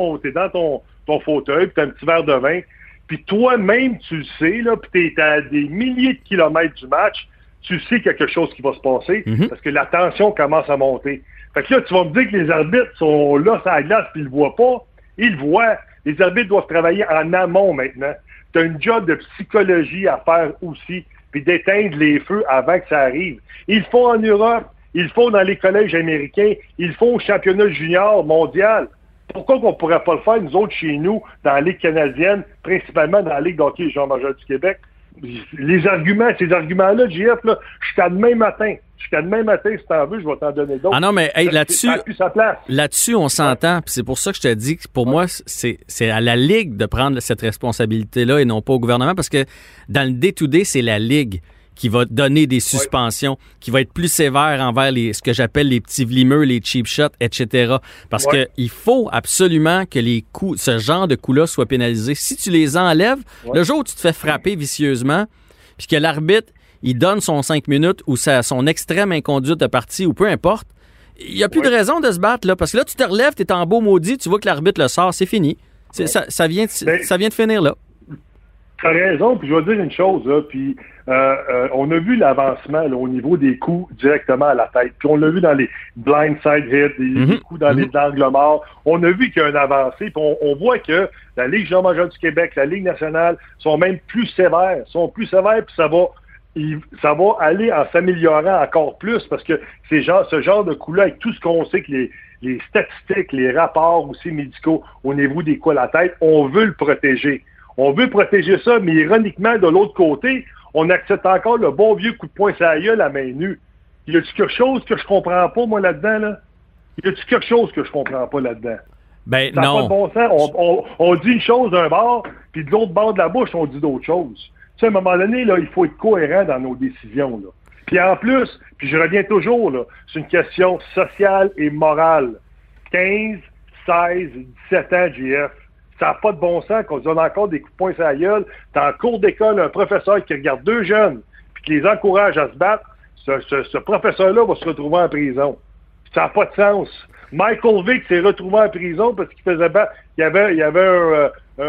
ton fauteuil, puis t'as un petit verre de vin, puis toi-même, tu le sais, là, puis t'es à des milliers de kilomètres du match, tu sais quelque chose qui va se passer, parce que la tension commence à monter. Fait que là, tu vas me dire que les arbitres sont là sur la glace, puis ils le voient pas. Ils le voient. Les arbitres doivent travailler en amont maintenant. Tu as une job de psychologie à faire aussi, puis d'éteindre les feux avant que ça arrive. Ils le font en Europe, ils le font dans les collèges américains, ils le font au championnat junior mondial. Pourquoi qu'on ne pourrait pas le faire, nous autres, chez nous, dans la Ligue canadienne, principalement dans la Ligue d'hockey Jean majeur du Québec? Ces arguments-là, JF, là, jusqu'à demain matin. Jusqu'à demain matin, si t'en veux, je vais t'en donner d'autres. Ah non, mais hey, là-dessus, on s'entend. Puis c'est pour ça que je te dis que pour moi, c'est à la Ligue de prendre cette responsabilité-là et non pas au gouvernement, parce que dans le day-to-day, c'est la Ligue qui va donner des suspensions, qui va être plus sévère envers ce que j'appelle les petits vlimeux, les cheap shots, etc. Parce que il faut absolument que ce genre de coups-là soient pénalisés. Si tu les enlèves, le jour où tu te fais frapper vicieusement, puis que l'arbitre, il donne son 5 minutes ou son extrême inconduite de partie ou peu importe, il n'y a plus de raison de se battre, là. Parce que là, tu te relèves, tu es en beau maudit, tu vois que l'arbitre le sort, c'est fini. Ça vient de finir là. Tu as raison, puis je vais dire une chose, là, puis on a vu l'avancement là, au niveau des coups directement à la tête, puis on l'a vu dans les blindside hits, les coups dans les angles morts, on a vu qu'il y a une avancée, puis on voit que la Ligue Jean majeur du Québec, la Ligue nationale sont même plus sévères, puis ça va aller en s'améliorant encore plus, parce que ce genre de coups-là, avec tout ce qu'on sait que les statistiques, les rapports aussi médicaux au niveau des coups à la tête, on veut le protéger. On veut protéger ça, mais ironiquement, de l'autre côté, on accepte encore le bon vieux coup de poing sur la gueule à main nue. Y a-t-il quelque chose que je comprends pas, moi, là-dedans, là? Y a-t-il quelque chose que je comprends pas là-dedans? Ben, ça non. n'a pas de bon sens. On dit une chose d'un bord, puis de l'autre bord de la bouche, on dit d'autres choses. Tu sais, à un moment donné, là, il faut être cohérent dans nos décisions, là. Puis en plus, puis je reviens toujours, là, c'est une question sociale et morale. 15, 16, 17 ans, JF. Ça n'a pas de bon sens qu'on se donne encore des coups de poing sur la gueule. T'as en cours d'école un professeur qui regarde deux jeunes puis qui les encourage à se battre. Ce professeur-là va se retrouver en prison. Ça n'a pas de sens. Michael Vick s'est retrouvé en prison parce qu'il faisait battre. Il y avait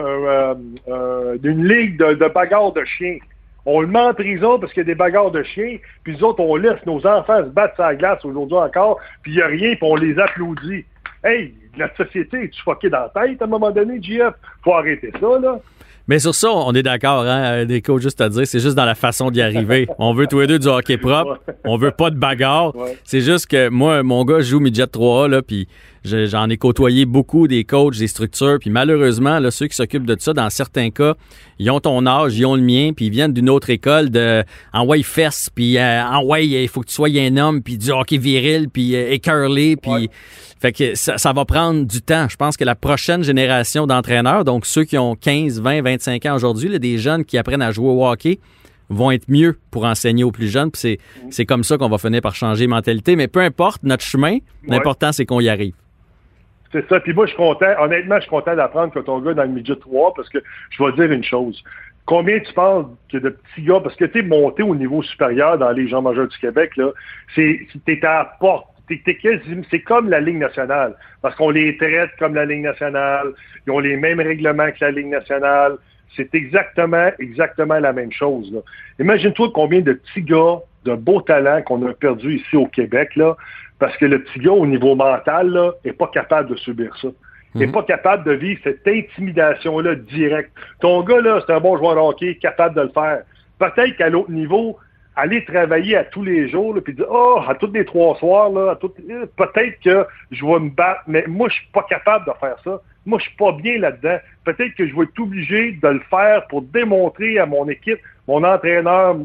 une ligue de bagarres de chiens. On le met en prison parce qu'il y a des bagarres de chiens, puis nous autres, on laisse nos enfants se battre sur la glace aujourd'hui encore, puis il n'y a rien, puis on les applaudit. Hey, la société, es-tu fucké dans la tête à un moment donné, JF? Faut arrêter ça, là. Mais sur ça, on est d'accord, hein, des coachs, juste à dire, c'est juste dans la façon d'y arriver. On veut tous les deux du hockey propre, on veut pas de bagarre. Ouais. C'est juste que moi, mon gars joue midget 3A, là, puis j'en ai côtoyé beaucoup des coachs, des structures, puis malheureusement, là, ceux qui s'occupent de ça, dans certains cas, ils ont ton âge, ils ont le mien, puis ils viennent d'une autre école de en way fesse, puis en way, il faut que tu sois un homme, puis du hockey viril, puis écurlé, puis... Ouais. Fait que ça va prendre du temps. Je pense que la prochaine génération d'entraîneurs, donc ceux qui ont 15, 20, 25 ans aujourd'hui, là, des jeunes qui apprennent à jouer au hockey, vont être mieux pour enseigner aux plus jeunes. Puis c'est comme ça qu'on va finir par changer les mentalités. Mais peu importe notre chemin, l'important, c'est qu'on y arrive. C'est ça. Puis moi, je suis content. Honnêtement, je suis content d'apprendre que ton gars est dans le midget 3 parce que je vais dire une chose. Combien tu penses que de petits gars, parce que tu es monté au niveau supérieur dans les Jean majeurs du Québec, là, t'es à la porte. C'est comme la Ligue nationale, parce qu'on les traite comme la Ligue nationale, ils ont les mêmes règlements que la Ligue nationale, c'est exactement la même chose, là. Imagine-toi combien de petits gars, de beaux talents qu'on a perdus ici au Québec, là, parce que le petit gars, au niveau mental, là, est pas capable de subir ça. Il n'est pas capable de vivre cette intimidation-là directe. Ton gars, là, c'est un bon joueur de hockey, capable de le faire. Peut-être qu'à l'autre niveau, aller travailler à tous les jours, là, puis dire, à tous les 3 soirs, là, peut-être que je vais me battre, mais moi, je suis pas capable de faire ça. Moi, je suis pas bien là-dedans. Peut-être que je vais être obligé de le faire pour démontrer à mon équipe, mon entraîneur,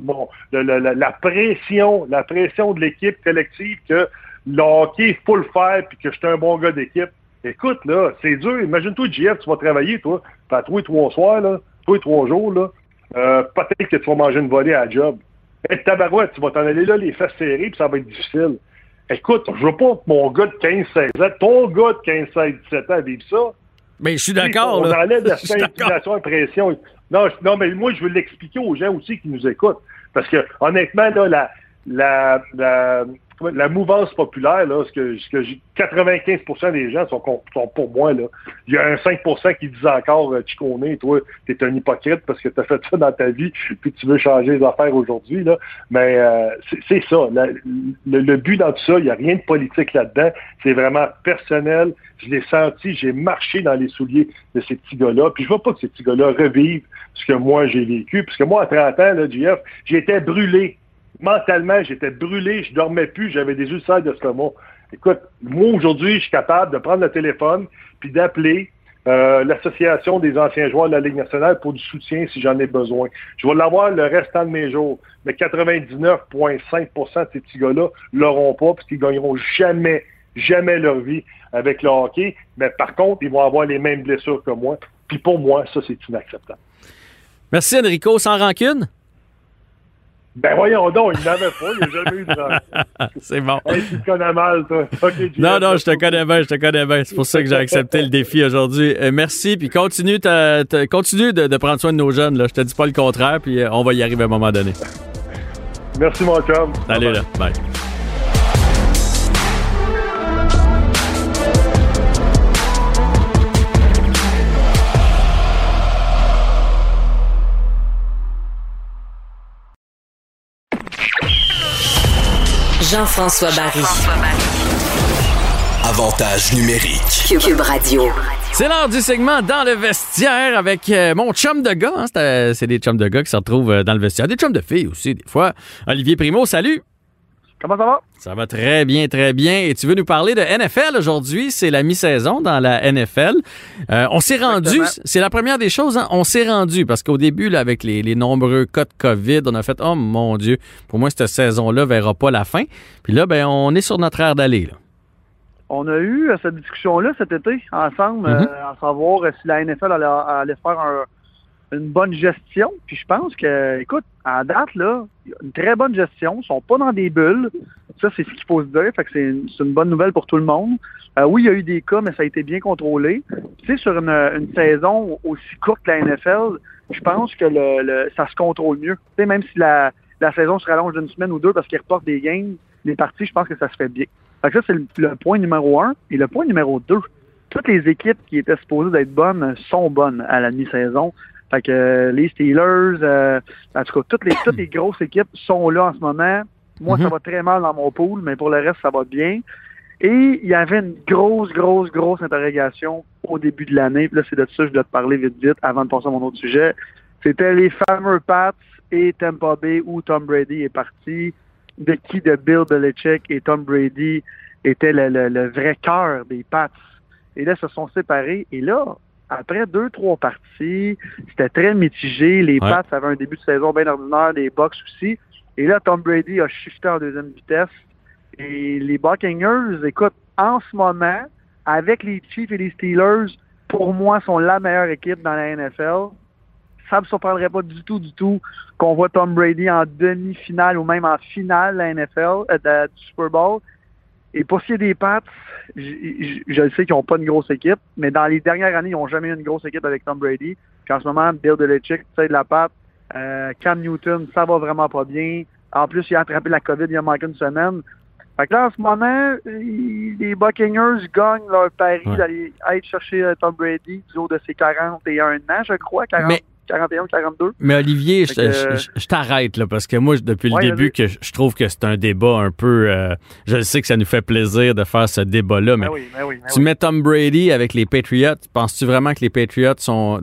la pression de l'équipe collective que le hockey, il faut le faire, puis que je suis un bon gars d'équipe. Écoute, là, c'est dur. Imagine-toi, JF, tu vas travailler, toi, à tous les 3 soirs, là, tous les 3 jours, là. Peut-être que tu vas manger une volée à la job. Hey, tabarouette, tu vas t'en aller là, les fesses serrées, puis ça va être difficile. Écoute, je veux pas que mon gars de 15-16 ans, ton gars de 15-16-17 ans vive ça. Mais je suis d'accord, là. On enlève la intimidation et pression. Non, mais moi, je veux l'expliquer aux gens aussi qui nous écoutent. Parce que, honnêtement, là, la mouvance populaire, là, ce que 95% des gens sont pour moi, là. Il y a un 5% qui disent encore, Chiconé, toi, t'es un hypocrite parce que t'as fait ça dans ta vie, puis tu veux changer les affaires aujourd'hui, là. Mais c'est ça. Le but dans tout ça, il n'y a rien de politique là-dedans. C'est vraiment personnel. Je l'ai senti, j'ai marché dans les souliers de ces petits gars-là. Puis je veux pas que ces petits gars-là revivent ce que moi j'ai vécu. Parce que moi, à 30 ans, là, JF, j'étais brûlé. Mentalement, j'étais brûlé, je dormais plus, j'avais des ulcères d'estomac. Écoute, moi, aujourd'hui, je suis capable de prendre le téléphone puis d'appeler l'Association des anciens joueurs de la Ligue nationale pour du soutien si j'en ai besoin. Je vais l'avoir le restant de mes jours. Mais 99,5% de ces petits gars-là l'auront pas parce qu'ils gagneront jamais leur vie avec le hockey. Mais par contre, ils vont avoir les mêmes blessures que moi. Puis pour moi, ça, c'est inacceptable. Merci, Enrico. Sans rancune? Ben voyons donc, il n'avait pas, il n'a jamais eu de rancune. C'est bon. Hey, tu te connais mal, toi. Okay, non, je te connais bien. C'est pour ça que j'ai accepté le défi aujourd'hui. Merci, puis continue de prendre soin de nos jeunes. Là. Je te dis pas le contraire, puis on va y arriver à un moment donné. Merci, mon chum. Salut, là. Bye. Jean-François Barry. Avantage numérique. Cube Radio. C'est l'heure du segment Dans le vestiaire avec mon chum de gars. Hein. C'est des chums de gars qui se retrouvent dans le vestiaire. Des chums de filles aussi, des fois. Olivier Primo, salut! Comment ça va? Ça va très bien, très bien. Et tu veux nous parler de NFL aujourd'hui? C'est la mi-saison dans la NFL. On s'est rendu, c'est la première des choses, hein? On s'est rendu parce qu'au début, là, avec les nombreux cas de COVID, on a fait « Oh mon Dieu, pour moi, cette saison-là verra pas la fin. » Puis là, ben, on est sur notre aire d'aller. Là. On a eu cette discussion-là cet été, ensemble, à savoir si la NFL allait faire une bonne gestion. Puis je pense que, écoute, à date, là, une très bonne gestion. Ils sont pas dans des bulles. Ça, c'est ce qu'il faut se dire. Fait que c'est une bonne nouvelle pour tout le monde. Oui, il y a eu des cas, mais ça a été bien contrôlé. Tu sais, sur une saison aussi courte que la NFL, je pense que ça se contrôle mieux. Tu sais, même si la saison se rallonge d'une semaine ou deux parce qu'ils reportent des games, les parties, je pense que ça se fait bien. Fait que ça, c'est le point numéro 1. Et le point numéro 2, toutes les équipes qui étaient supposées d'être bonnes sont bonnes à la mi-saison. Fait que les Steelers, en tout cas, toutes les grosses équipes sont là en ce moment. Moi, ça va très mal dans mon pool, mais pour le reste, ça va bien. Et il y avait une grosse interrogation au début de l'année. Puis là, c'est de ça que je dois te parler vite, avant de passer à mon autre sujet. C'était les fameux Pats et Tampa Bay où Tom Brady est parti. De Bill Belichick et Tom Brady était le vrai cœur des Pats. Et là, ils se sont séparés. Et là, après 2-3 parties, c'était très mitigé. Les Pats avaient un début de saison bien ordinaire, les Bucks aussi. Et là, Tom Brady a shifté en deuxième vitesse. Et les Buccaneers, écoute, en ce moment, avec les Chiefs et les Steelers, pour moi, sont la meilleure équipe dans la NFL. Ça ne me surprendrait pas du tout qu'on voit Tom Brady en demi-finale ou même en finale de la NFL, du Super Bowl. Et pour ce qui est des Pats, je sais qu'ils n'ont pas une grosse équipe, mais dans les dernières années, ils n'ont jamais eu une grosse équipe avec Tom Brady. Puis en ce moment, Bill Belichick, tu sais, de la patte. Cam Newton, ça va vraiment pas bien. En plus, il a attrapé la COVID il y a manqué une semaine. Fait que là, en ce moment, les Buccaneers gagnent leur pari d'aller chercher Tom Brady du haut de ses 41 ans, je crois, 41, 42. Mais Olivier, je t'arrête là parce que moi, depuis le début, que je trouve que c'est un débat un peu... je sais que ça nous fait plaisir de faire ce débat-là, mais tu mets Tom Brady avec les Patriots, penses-tu vraiment que les Patriots sont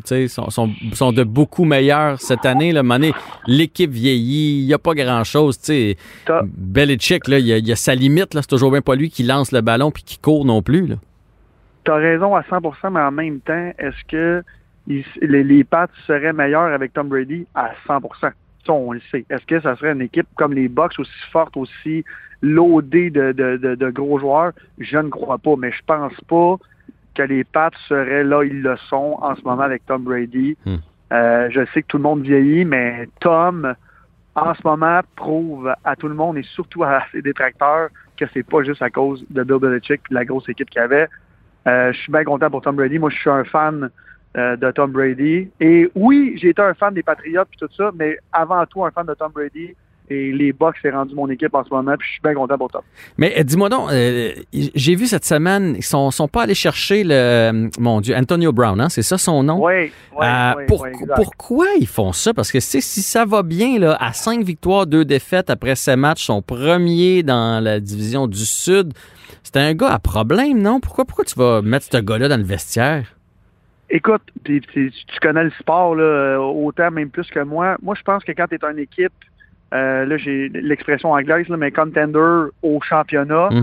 de beaucoup meilleurs cette année? Là, l'équipe vieillit, il n'y a pas grand-chose. Belichick, là, il y a sa limite, là, c'est toujours bien pas lui qui lance le ballon puis qui court non plus. Tu as raison à 100%, mais en même temps, est-ce que les Pats seraient meilleurs avec Tom Brady à 100%? Ça, on le sait. Est-ce que ça serait une équipe comme les Bucks aussi forte, aussi loadée de gros joueurs? Je ne crois pas, mais je pense pas que les Pats seraient là, ils le sont en ce moment avec Tom Brady. Je sais que tout le monde vieillit, mais Tom, en ce moment, prouve à tout le monde et surtout à ses détracteurs que c'est pas juste à cause de Bill Belichick et de la grosse équipe qu'il avait. Je suis bien content pour Tom Brady. Moi, je suis un fan de Tom Brady. Et oui, j'ai été un fan des Patriots puis tout ça, mais avant tout un fan de Tom Brady. Et les Bucks, c'est rendu mon équipe en ce moment, puis je suis bien content pour Tom. Mais dis-moi donc, j'ai vu cette semaine, ils sont pas allés chercher Antonio Brown, hein? C'est ça son nom? Oui, pourquoi ils font ça? Parce que si ça va bien, là, à 5 victoires, 2 défaites après ces matchs, sont premiers dans la division du Sud. C'est un gars à problème, non? Pourquoi tu vas mettre ce gars-là dans le vestiaire? Écoute, tu connais le sport là, autant, même plus que moi. Moi, je pense que quand tu es une équipe, là, j'ai l'expression anglaise, là, mais contender au championnat,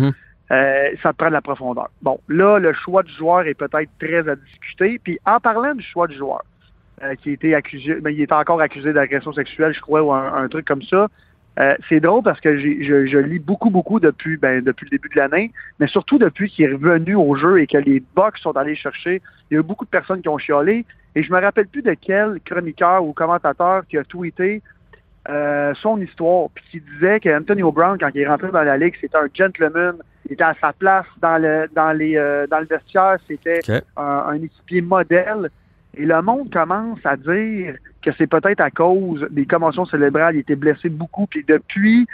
ça prend de la profondeur. Bon, là, le choix du joueur est peut-être très à discuter. Puis en parlant du choix du joueur, qui a été accusé, il est encore accusé d'agression sexuelle, je crois, ou un truc comme ça. C'est drôle parce que je lis beaucoup depuis le début de l'année, mais surtout depuis qu'il est revenu au jeu et que les Bucks sont allés chercher. Il y a eu beaucoup de personnes qui ont chialé et je me rappelle plus de quel chroniqueur ou commentateur qui a tweeté son histoire puis qui disait qu'Anthony Brown, quand il est rentré dans la ligue, c'était un gentleman, il était à sa place dans le vestiaire, c'était un équipier modèle. Et le monde commence à dire que c'est peut-être à cause des commotions cérébrales. Il était blessé beaucoup. Puis depuis,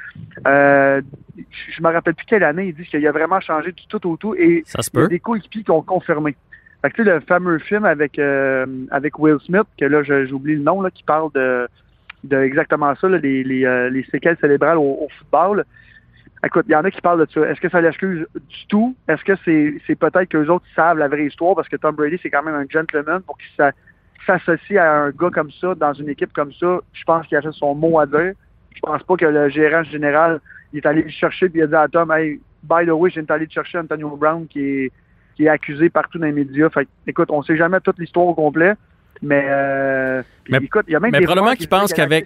je me rappelle plus quelle année, il dit qu'il a vraiment changé du tout au tout. Et il y a des coéquipiers qui ont confirmé. Fait que, tu sais, le fameux film avec Will Smith, que là, j'oublie le nom, là, qui parle de exactement ça, là, les séquelles cérébrales au football. Écoute, il y en a qui parlent de ça. Est-ce que ça l'excuse du tout? Est-ce que c'est peut-être qu'eux autres savent la vraie histoire? Parce que Tom Brady, c'est quand même un gentleman pour qu'il s'associe à un gars comme ça, dans une équipe comme ça. Je pense qu'il a fait son mot à dire. Je pense pas que le gérant général, il est allé le chercher et il a dit à Tom, hey, by the way, je viens d'aller chercher Anthony Brown qui est accusé partout dans les médias. Fait écoute, on sait jamais toute l'histoire au complet. Mais écoute, il y a même des probablement qu'ils pensent qu'avec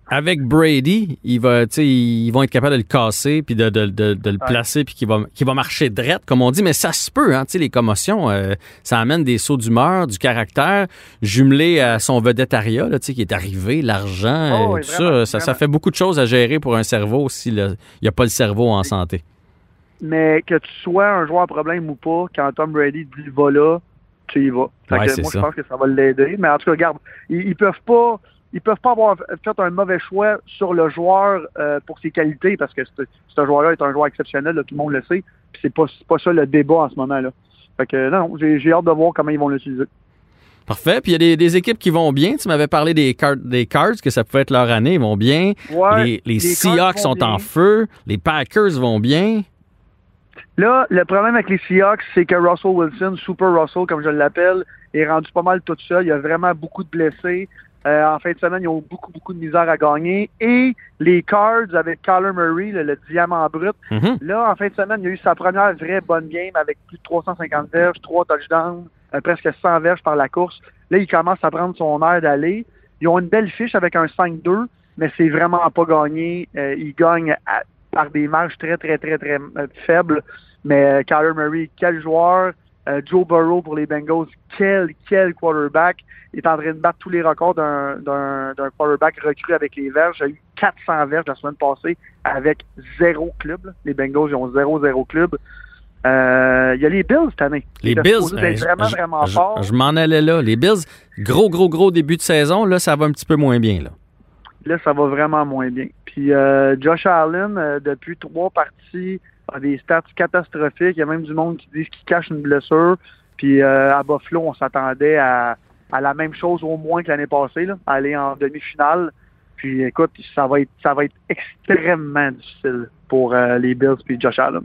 Brady, ils vont être capables de le casser puis de le placer puis qu'il va marcher drette, comme on dit. Mais ça se peut, hein, les commotions, ça amène des sauts d'humeur, du caractère, jumelé à son vedettariat là, qui est arrivé, l'argent, tout vraiment, ça fait beaucoup de choses à gérer pour un cerveau s'il n'y a pas le cerveau en santé. Mais que tu sois un joueur à problème ou pas, quand Tom Brady dit « va là », tu y vas. Moi, je pense que ça va l'aider. Mais en tout cas, regarde, ils peuvent pas avoir fait un mauvais choix sur le joueur pour ses qualités, parce que ce joueur-là est un joueur exceptionnel, là, tout le monde le sait. Puis c'est pas ça le débat en ce moment-là. Fait que non, j'ai hâte de voir comment ils vont l'utiliser. Parfait. Puis il y a des équipes qui vont bien. Tu m'avais parlé des Cards, que ça pouvait être leur année. Ils vont bien. Ouais, les Seahawks sont bien en feu. Les Packers vont bien. Là, le problème avec les Seahawks, c'est que Russell Wilson, Super Russell, comme je l'appelle, est rendu pas mal tout seul. Il y a vraiment beaucoup de blessés. En fin de semaine, ils ont beaucoup de misère à gagner. Et les Cards, avec Kyler Murray, le diamant brut, là, en fin de semaine, il a eu sa première vraie bonne game avec plus de 350 verges, 3 touchdowns, presque 100 verges par la course. Là, il commence à prendre son air d'aller. Ils ont une belle fiche avec un 5-2, mais c'est vraiment pas gagné. Ils gagnent par des marges très faibles. Mais Kyler Murray, quel joueur. Joe Burrow pour les Bengals, quel quarterback. Il est en train de battre tous les records d'un quarterback recru avec les verges. Il a eu 400 verges la semaine passée avec 0 club. Là. Les Bengals, ils ont 0 club. Il y a les Bills cette année. Les Bills, vraiment fort. Je m'en allais là. Les Bills, gros début de saison. Là, ça va un petit peu moins bien. Là, ça va vraiment moins bien. Puis Josh Allen, depuis 3 parties, a des stats catastrophiques. Il y a même du monde qui dit qu'il cache une blessure. Puis à Buffalo, on s'attendait à la même chose au moins que l'année passée, là, aller en demi-finale. Puis écoute, ça va être extrêmement difficile pour les Bills puis Josh Allen.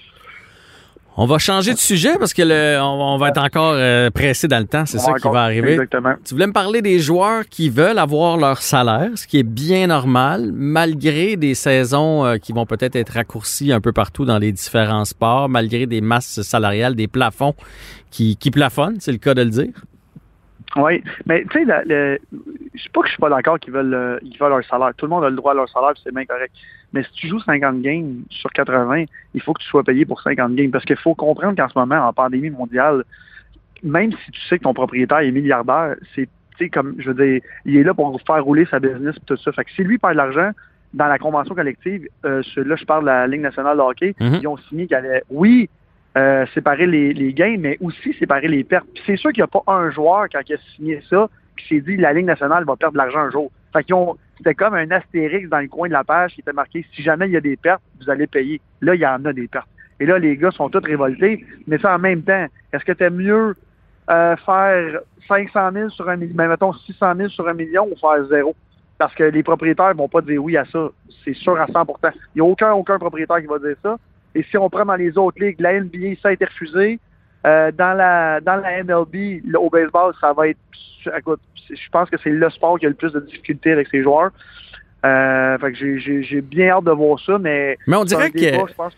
On va changer de sujet parce que on va être encore pressé dans le temps. C'est ça qui va arriver. Exactement. Tu voulais me parler des joueurs qui veulent avoir leur salaire, ce qui est bien normal, malgré des saisons qui vont peut-être être raccourcies un peu partout dans les différents sports, malgré des masses salariales, des plafonds qui plafonnent, c'est le cas de le dire. Oui, mais tu sais, je sais pas que je suis pas d'accord qu'ils veulent leur salaire. Tout le monde a le droit à leur salaire, c'est bien correct. Mais si tu joues 50 games sur 80, il faut que tu sois payé pour 50 games. Parce qu'il faut comprendre qu'en ce moment, en pandémie mondiale, même si tu sais que ton propriétaire est milliardaire, c'est, tu sais, comme, je veux dire, il est là pour faire rouler sa business et tout ça. Fait que si lui perd de l'argent, dans la convention collective, là, je parle de la Ligue nationale de hockey, ils ont signé qu'il allait, séparer les gains, mais aussi séparer les pertes. Puis c'est sûr qu'il n'y a pas un joueur, quand il a signé ça, qui s'est dit la Ligue nationale va perdre de l'argent un jour. Fait c'était comme un astérix dans le coin de la page qui était marqué « Si jamais il y a des pertes, vous allez payer ». Là, il y en a des pertes. Et là, les gars sont tous révoltés. Mais ça, en même temps, est-ce que t'aimes mieux faire 500 000 sur 1 million, ben, mettons 600 000 sur 1 million ou faire 0? Parce que les propriétaires vont pas dire oui à ça. C'est sûr à 100%. Il n'y a aucun propriétaire qui va dire ça. Et si on prend dans les autres ligues, la NBA, ça a été refusé. Dans la MLB, là, au baseball, ça va être... Écoute, je pense que c'est le sport qui a le plus de difficultés avec ses joueurs. Fait que j'ai bien hâte de voir ça, mais on dirait que... je pense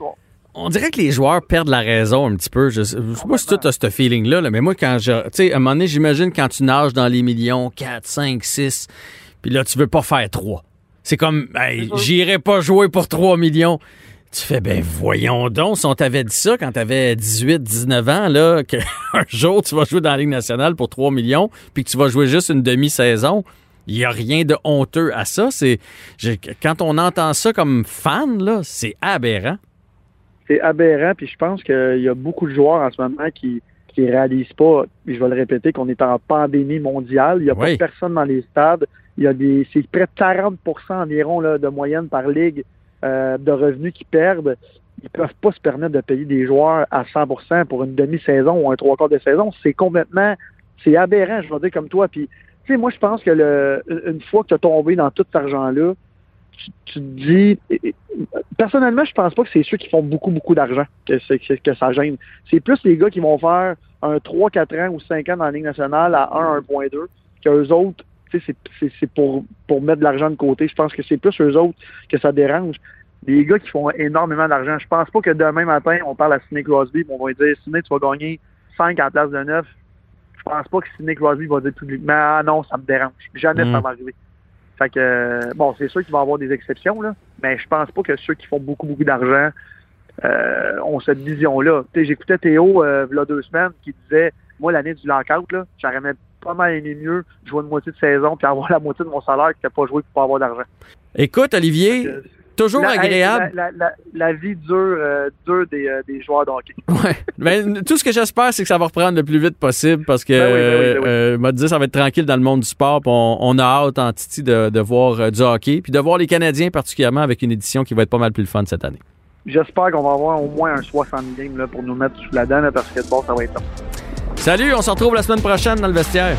On dirait que les joueurs perdent la raison un petit peu. Je sais pas si tu as ce feeling-là, là, mais moi, tu sais, à un moment donné, j'imagine quand tu nages dans les millions, 4, 5, 6, puis là, tu veux pas faire 3. C'est comme, hey, j'irai pas jouer pour 3 millions. Tu fais, ben voyons donc, si on t'avait dit ça quand t'avais 18, 19 ans, là, qu'un jour, tu vas jouer dans la Ligue nationale pour 3 millions, puis que tu vas jouer juste une demi-saison, il n'y a rien de honteux à ça. Quand on entend ça comme fan, là, c'est aberrant. C'est aberrant, puis je pense qu'il y a beaucoup de joueurs en ce moment qui réalisent pas, puis je vais le répéter, qu'on est en pandémie mondiale. Il n'y a pas personne dans les stades. C'est près de 40% environ là, de moyenne par ligue de revenus qu'ils perdent. Ils peuvent pas se permettre de payer des joueurs à 100% pour une demi-saison ou un 3/4 de saison. C'est aberrant, je vais dire comme toi. Puis, tu sais, moi, je pense que une fois que tu as tombé dans tout cet argent-là, tu te dis... Personnellement, je pense pas que c'est ceux qui font beaucoup, beaucoup d'argent que ça gêne. C'est plus les gars qui vont faire un 3-4 ans ou 5 ans dans la Ligue nationale à 1,2 qu'eux autres, tu sais, c'est pour mettre de l'argent de côté. Je pense que c'est plus eux autres que ça dérange. Les gars qui font énormément d'argent. Je pense pas que demain matin, on parle à Sidney Crosby, on va lui dire, Sidney, tu vas gagner 5 à la place de 9. Je pense pas que Sidney Crosby va dire publiquement, ah non, ça me dérange. Jamais ça va arriver. Fait que, bon, c'est sûr qu'il va y avoir des exceptions, là, mais je pense pas que ceux qui font beaucoup, beaucoup d'argent ont cette vision-là. Tu sais, j'écoutais Théo, il y a 2 semaines, qui disait, moi, l'année du lockout, là, j'aurais même pas mal aimé mieux jouer une moitié de saison puis avoir la moitié de mon salaire que de pas jouer pour pas avoir d'argent. Écoute, Olivier, toujours agréable. La vie dure des joueurs de hockey. Ouais. Ben, tout ce que j'espère, c'est que ça va reprendre le plus vite possible parce que m'a dit ça va être tranquille dans le monde du sport. On a hâte en Titi de voir du hockey puis de voir les Canadiens particulièrement avec une édition qui va être pas mal plus le fun cette année. J'espère qu'on va avoir au moins un 60 games là, pour nous mettre sous la dent là, parce que bon, ça va être top. Salut, on se retrouve la semaine prochaine dans le vestiaire.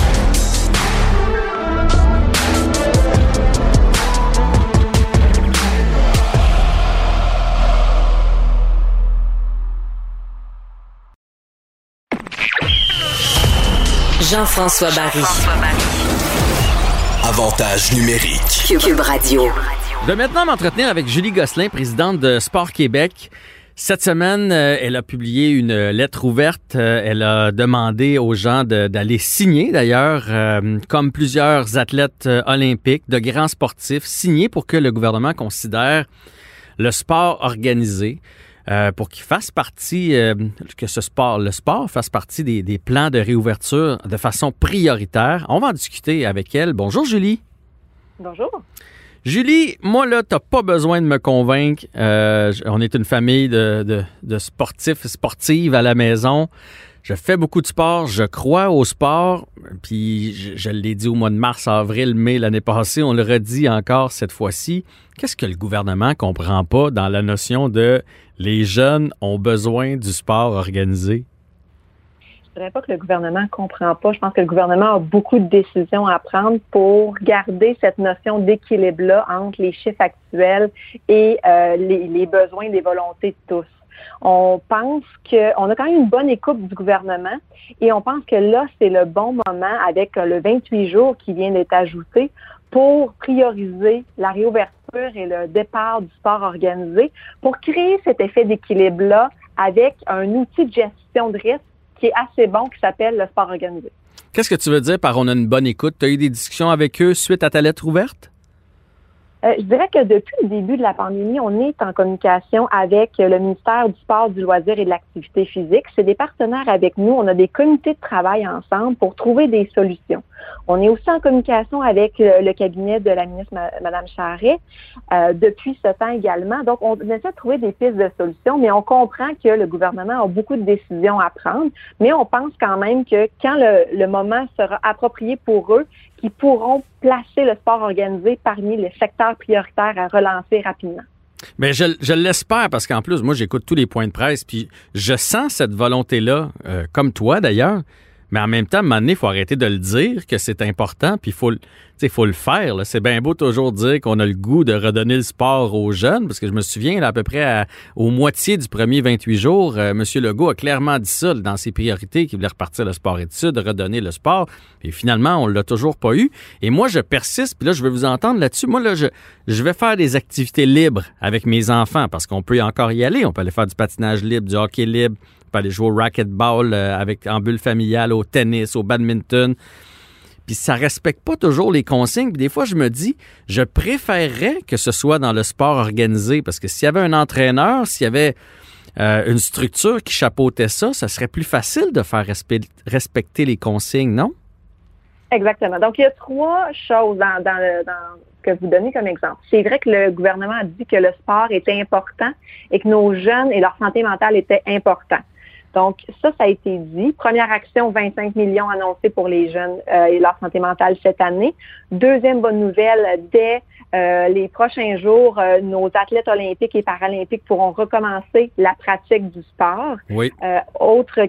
Jean-François Barry. Avantage numérique. Cube Radio. Je vais maintenant m'entretenir avec Julie Gosselin, présidente de Sport Québec. Cette semaine, elle a publié une lettre ouverte. Elle a demandé aux gens d'aller signer, d'ailleurs, comme plusieurs athlètes olympiques, de grands sportifs, signer pour que le gouvernement considère le sport organisé, pour qu'il fasse partie, le sport fasse partie des plans de réouverture de façon prioritaire. On va en discuter avec elle. Bonjour, Julie. Bonjour. Julie, moi, là, t'as pas besoin de me convaincre. On est une famille de sportifs et sportives à la maison. Je fais beaucoup de sport, je crois au sport. Puis, je l'ai dit au mois de mars, avril, mai l'année passée. On le redit encore cette fois-ci. Qu'est-ce que le gouvernement comprend pas dans la notion de les jeunes ont besoin du sport organisé? Je ne dirais pas que le gouvernement ne comprend pas. Je pense que le gouvernement a beaucoup de décisions à prendre pour garder cette notion d'équilibre-là entre les chiffres actuels et les besoins, les volontés de tous. On pense qu'on a quand même une bonne écoute du gouvernement et on pense que là, c'est le bon moment avec le 28 jours qui vient d'être ajouté pour prioriser la réouverture et le départ du sport organisé pour créer cet effet d'équilibre-là avec un outil de gestion de risque qui est assez bon, qui s'appelle le sport organisé. Qu'est-ce que tu veux dire par on a une bonne écoute? Tu as eu des discussions avec eux suite à ta lettre ouverte? Je dirais que depuis le début de la pandémie, on est en communication avec le ministère du Sport, du Loisir et de l'Activité physique. C'est des partenaires avec nous. On a des comités de travail ensemble pour trouver des solutions. On est aussi en communication avec le cabinet de la ministre Mme Charest depuis ce temps également. Donc, on essaie de trouver des pistes de solutions, mais on comprend que le gouvernement a beaucoup de décisions à prendre, mais on pense quand même que quand le moment sera approprié pour eux, qu'ils pourront placer le sport organisé parmi les secteurs prioritaires à relancer rapidement. Mais je l'espère parce qu'en plus, moi, j'écoute tous les points de presse puis je sens cette volonté-là, comme toi d'ailleurs, mais en même temps, à un moment donné, il faut arrêter de le dire que c'est important puis il faut... Tu il faut le faire. Là. C'est bien beau toujours dire qu'on a le goût de redonner le sport aux jeunes, parce que je me souviens, là, à peu près aux moitié du premier 28 jours, M. Legault a clairement dit ça là, dans ses priorités, qu'il voulait repartir le sport-études, redonner le sport. Et finalement, on l'a toujours pas eu. Et moi, je persiste, puis là, je vais vous entendre là-dessus. Moi, là, je vais faire des activités libres avec mes enfants, parce qu'on peut encore y aller. On peut aller faire du patinage libre, du hockey libre, on peut aller jouer au racquetball en bulle familiale, au tennis, au badminton. Puis ça respecte pas toujours les consignes. Puis des fois, je me dis, je préférerais que ce soit dans le sport organisé, parce que s'il y avait un entraîneur, s'il y avait une structure qui chapeautait ça serait plus facile de faire respecter les consignes, non? Exactement. Donc, il y a 3 choses dans que vous donnez comme exemple. C'est vrai que le gouvernement a dit que le sport était important et que nos jeunes et leur santé mentale étaient importants. Donc, ça a été dit. Première action, 25 millions annoncés pour les jeunes et leur santé mentale cette année. Deuxième bonne nouvelle, dès les prochains jours, nos athlètes olympiques et paralympiques pourront recommencer la pratique du sport. Oui. Autre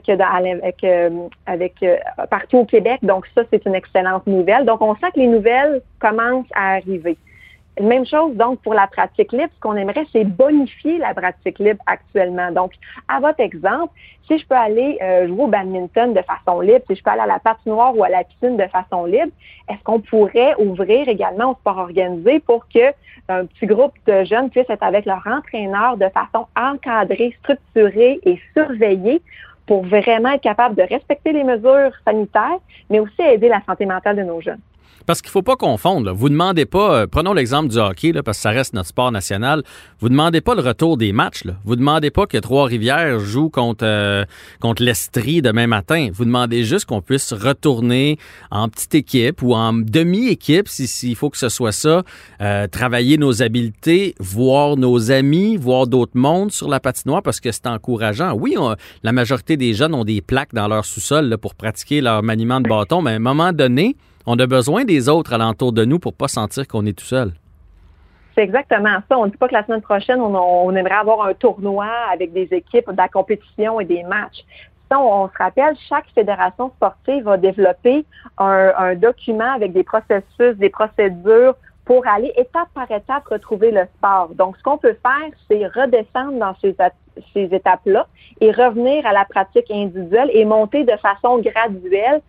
que partout au Québec. Donc, ça, c'est une excellente nouvelle. Donc, on sent que les nouvelles commencent à arriver. Même chose, donc, pour la pratique libre. Ce qu'on aimerait, c'est bonifier la pratique libre actuellement. Donc, à votre exemple, si je peux aller jouer au badminton de façon libre, si je peux aller à la patinoire ou à la piscine de façon libre, est-ce qu'on pourrait ouvrir également au sport organisé pour que un petit groupe de jeunes puisse être avec leur entraîneur de façon encadrée, structurée et surveillée pour vraiment être capable de respecter les mesures sanitaires, mais aussi aider la santé mentale de nos jeunes? Parce qu'il ne faut pas confondre. Là. Vous ne demandez pas, prenons l'exemple du hockey, là, parce que ça reste notre sport national, vous ne demandez pas le retour des matchs. Là. Vous ne demandez pas que Trois-Rivières joue contre l'Estrie demain matin. Vous demandez juste qu'on puisse retourner en petite équipe ou en demi-équipe, s'il faut que ce soit ça, travailler nos habiletés, voir nos amis, voir d'autres mondes sur la patinoire, parce que c'est encourageant. Oui, la majorité des jeunes ont des plaques dans leur sous-sol là, pour pratiquer leur maniement de bâton, mais à un moment donné, on a besoin des autres alentour de nous pour pas sentir qu'on est tout seul. C'est exactement ça. On ne dit pas que la semaine prochaine, on aimerait avoir un tournoi avec des équipes, de la compétition et des matchs. Ça, on se rappelle, chaque fédération sportive va développer un document avec des processus, des procédures pour aller étape par étape retrouver le sport. Donc, ce qu'on peut faire, c'est redescendre dans ces étapes-là et revenir à la pratique individuelle et monter de façon graduelle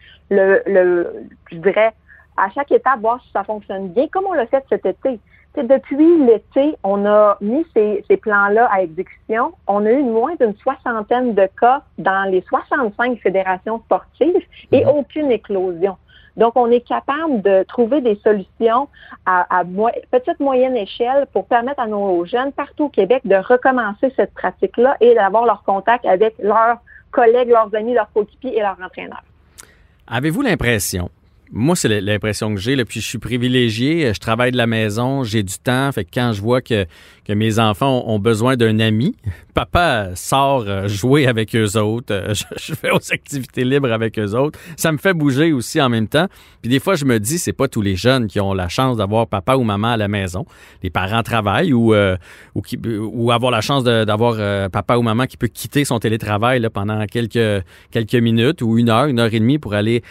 je dirais, à chaque étape, voir si ça fonctionne bien, comme on l'a fait cet été. T'sais, depuis l'été, on a mis ces plans-là à exécution. On a eu moins d'une 60aine de cas dans les 65 fédérations sportives et aucune éclosion. Donc, on est capable de trouver des solutions à petite, moyenne échelle pour permettre à nos jeunes partout au Québec de recommencer cette pratique-là et d'avoir leur contact avec leurs collègues, leurs amis, leurs coéquipiers et leurs entraîneurs. Avez-vous l'impression, moi c'est l'impression que j'ai, là, puis je suis privilégié, je travaille de la maison, j'ai du temps, fait que quand je vois que mes enfants ont besoin d'un ami, papa sort jouer avec eux autres, je vais aux activités libres avec eux autres, ça me fait bouger aussi en même temps, puis des fois je me dis, c'est pas tous les jeunes qui ont la chance d'avoir papa ou maman à la maison, les parents travaillent ou avoir la chance d'avoir papa ou maman qui peut quitter son télétravail là, pendant quelques minutes ou une heure et demie pour aller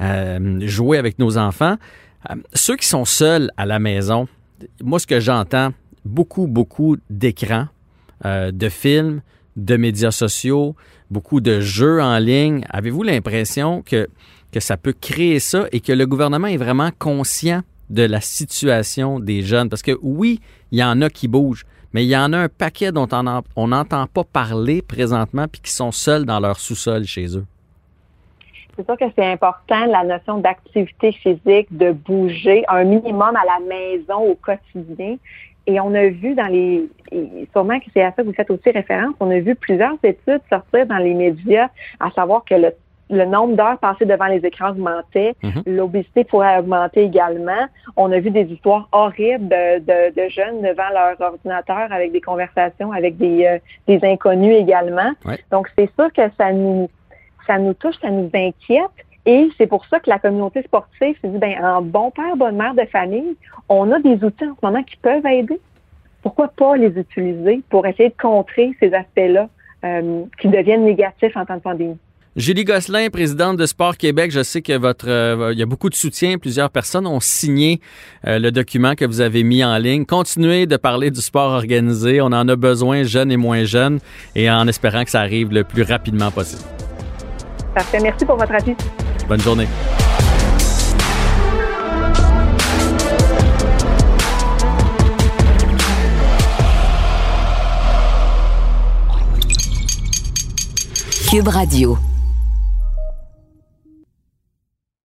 jouer avec nos enfants. Ceux qui sont seuls à la maison, moi, ce que j'entends, beaucoup d'écrans, de films, de médias sociaux, beaucoup de jeux en ligne. Avez-vous l'impression que ça peut créer ça et que le gouvernement est vraiment conscient de la situation des jeunes? Parce que oui, il y en a qui bougent, mais il y en a un paquet dont on n'entend pas parler présentement puis qui sont seuls dans leur sous-sol chez eux. C'est sûr que c'est important, la notion d'activité physique, de bouger, un minimum à la maison au quotidien. Et on a vu sûrement que c'est à ça que vous faites aussi référence, on a vu plusieurs études sortir dans les médias, à savoir que le nombre d'heures passées devant les écrans augmentait, l'obésité pourrait augmenter également. On a vu des histoires horribles de jeunes devant leur ordinateur avec des conversations avec des inconnus également. Ouais. Donc, c'est sûr que ça nous touche, ça nous inquiète. Et c'est pour ça que la communauté sportive se dit, en bon père, bonne mère de famille, on a des outils en ce moment qui peuvent aider. Pourquoi pas les utiliser pour essayer de contrer ces aspects-là qui deviennent négatifs en temps de pandémie? Julie Gosselin, présidente de Sport Québec, je sais que il y a beaucoup de soutien. Plusieurs personnes ont signé le document que vous avez mis en ligne. Continuez de parler du sport organisé. On en a besoin, jeunes et moins jeunes, et en espérant que ça arrive le plus rapidement possible. Parfait. Merci pour votre avis. Bonne journée. Cube Radio.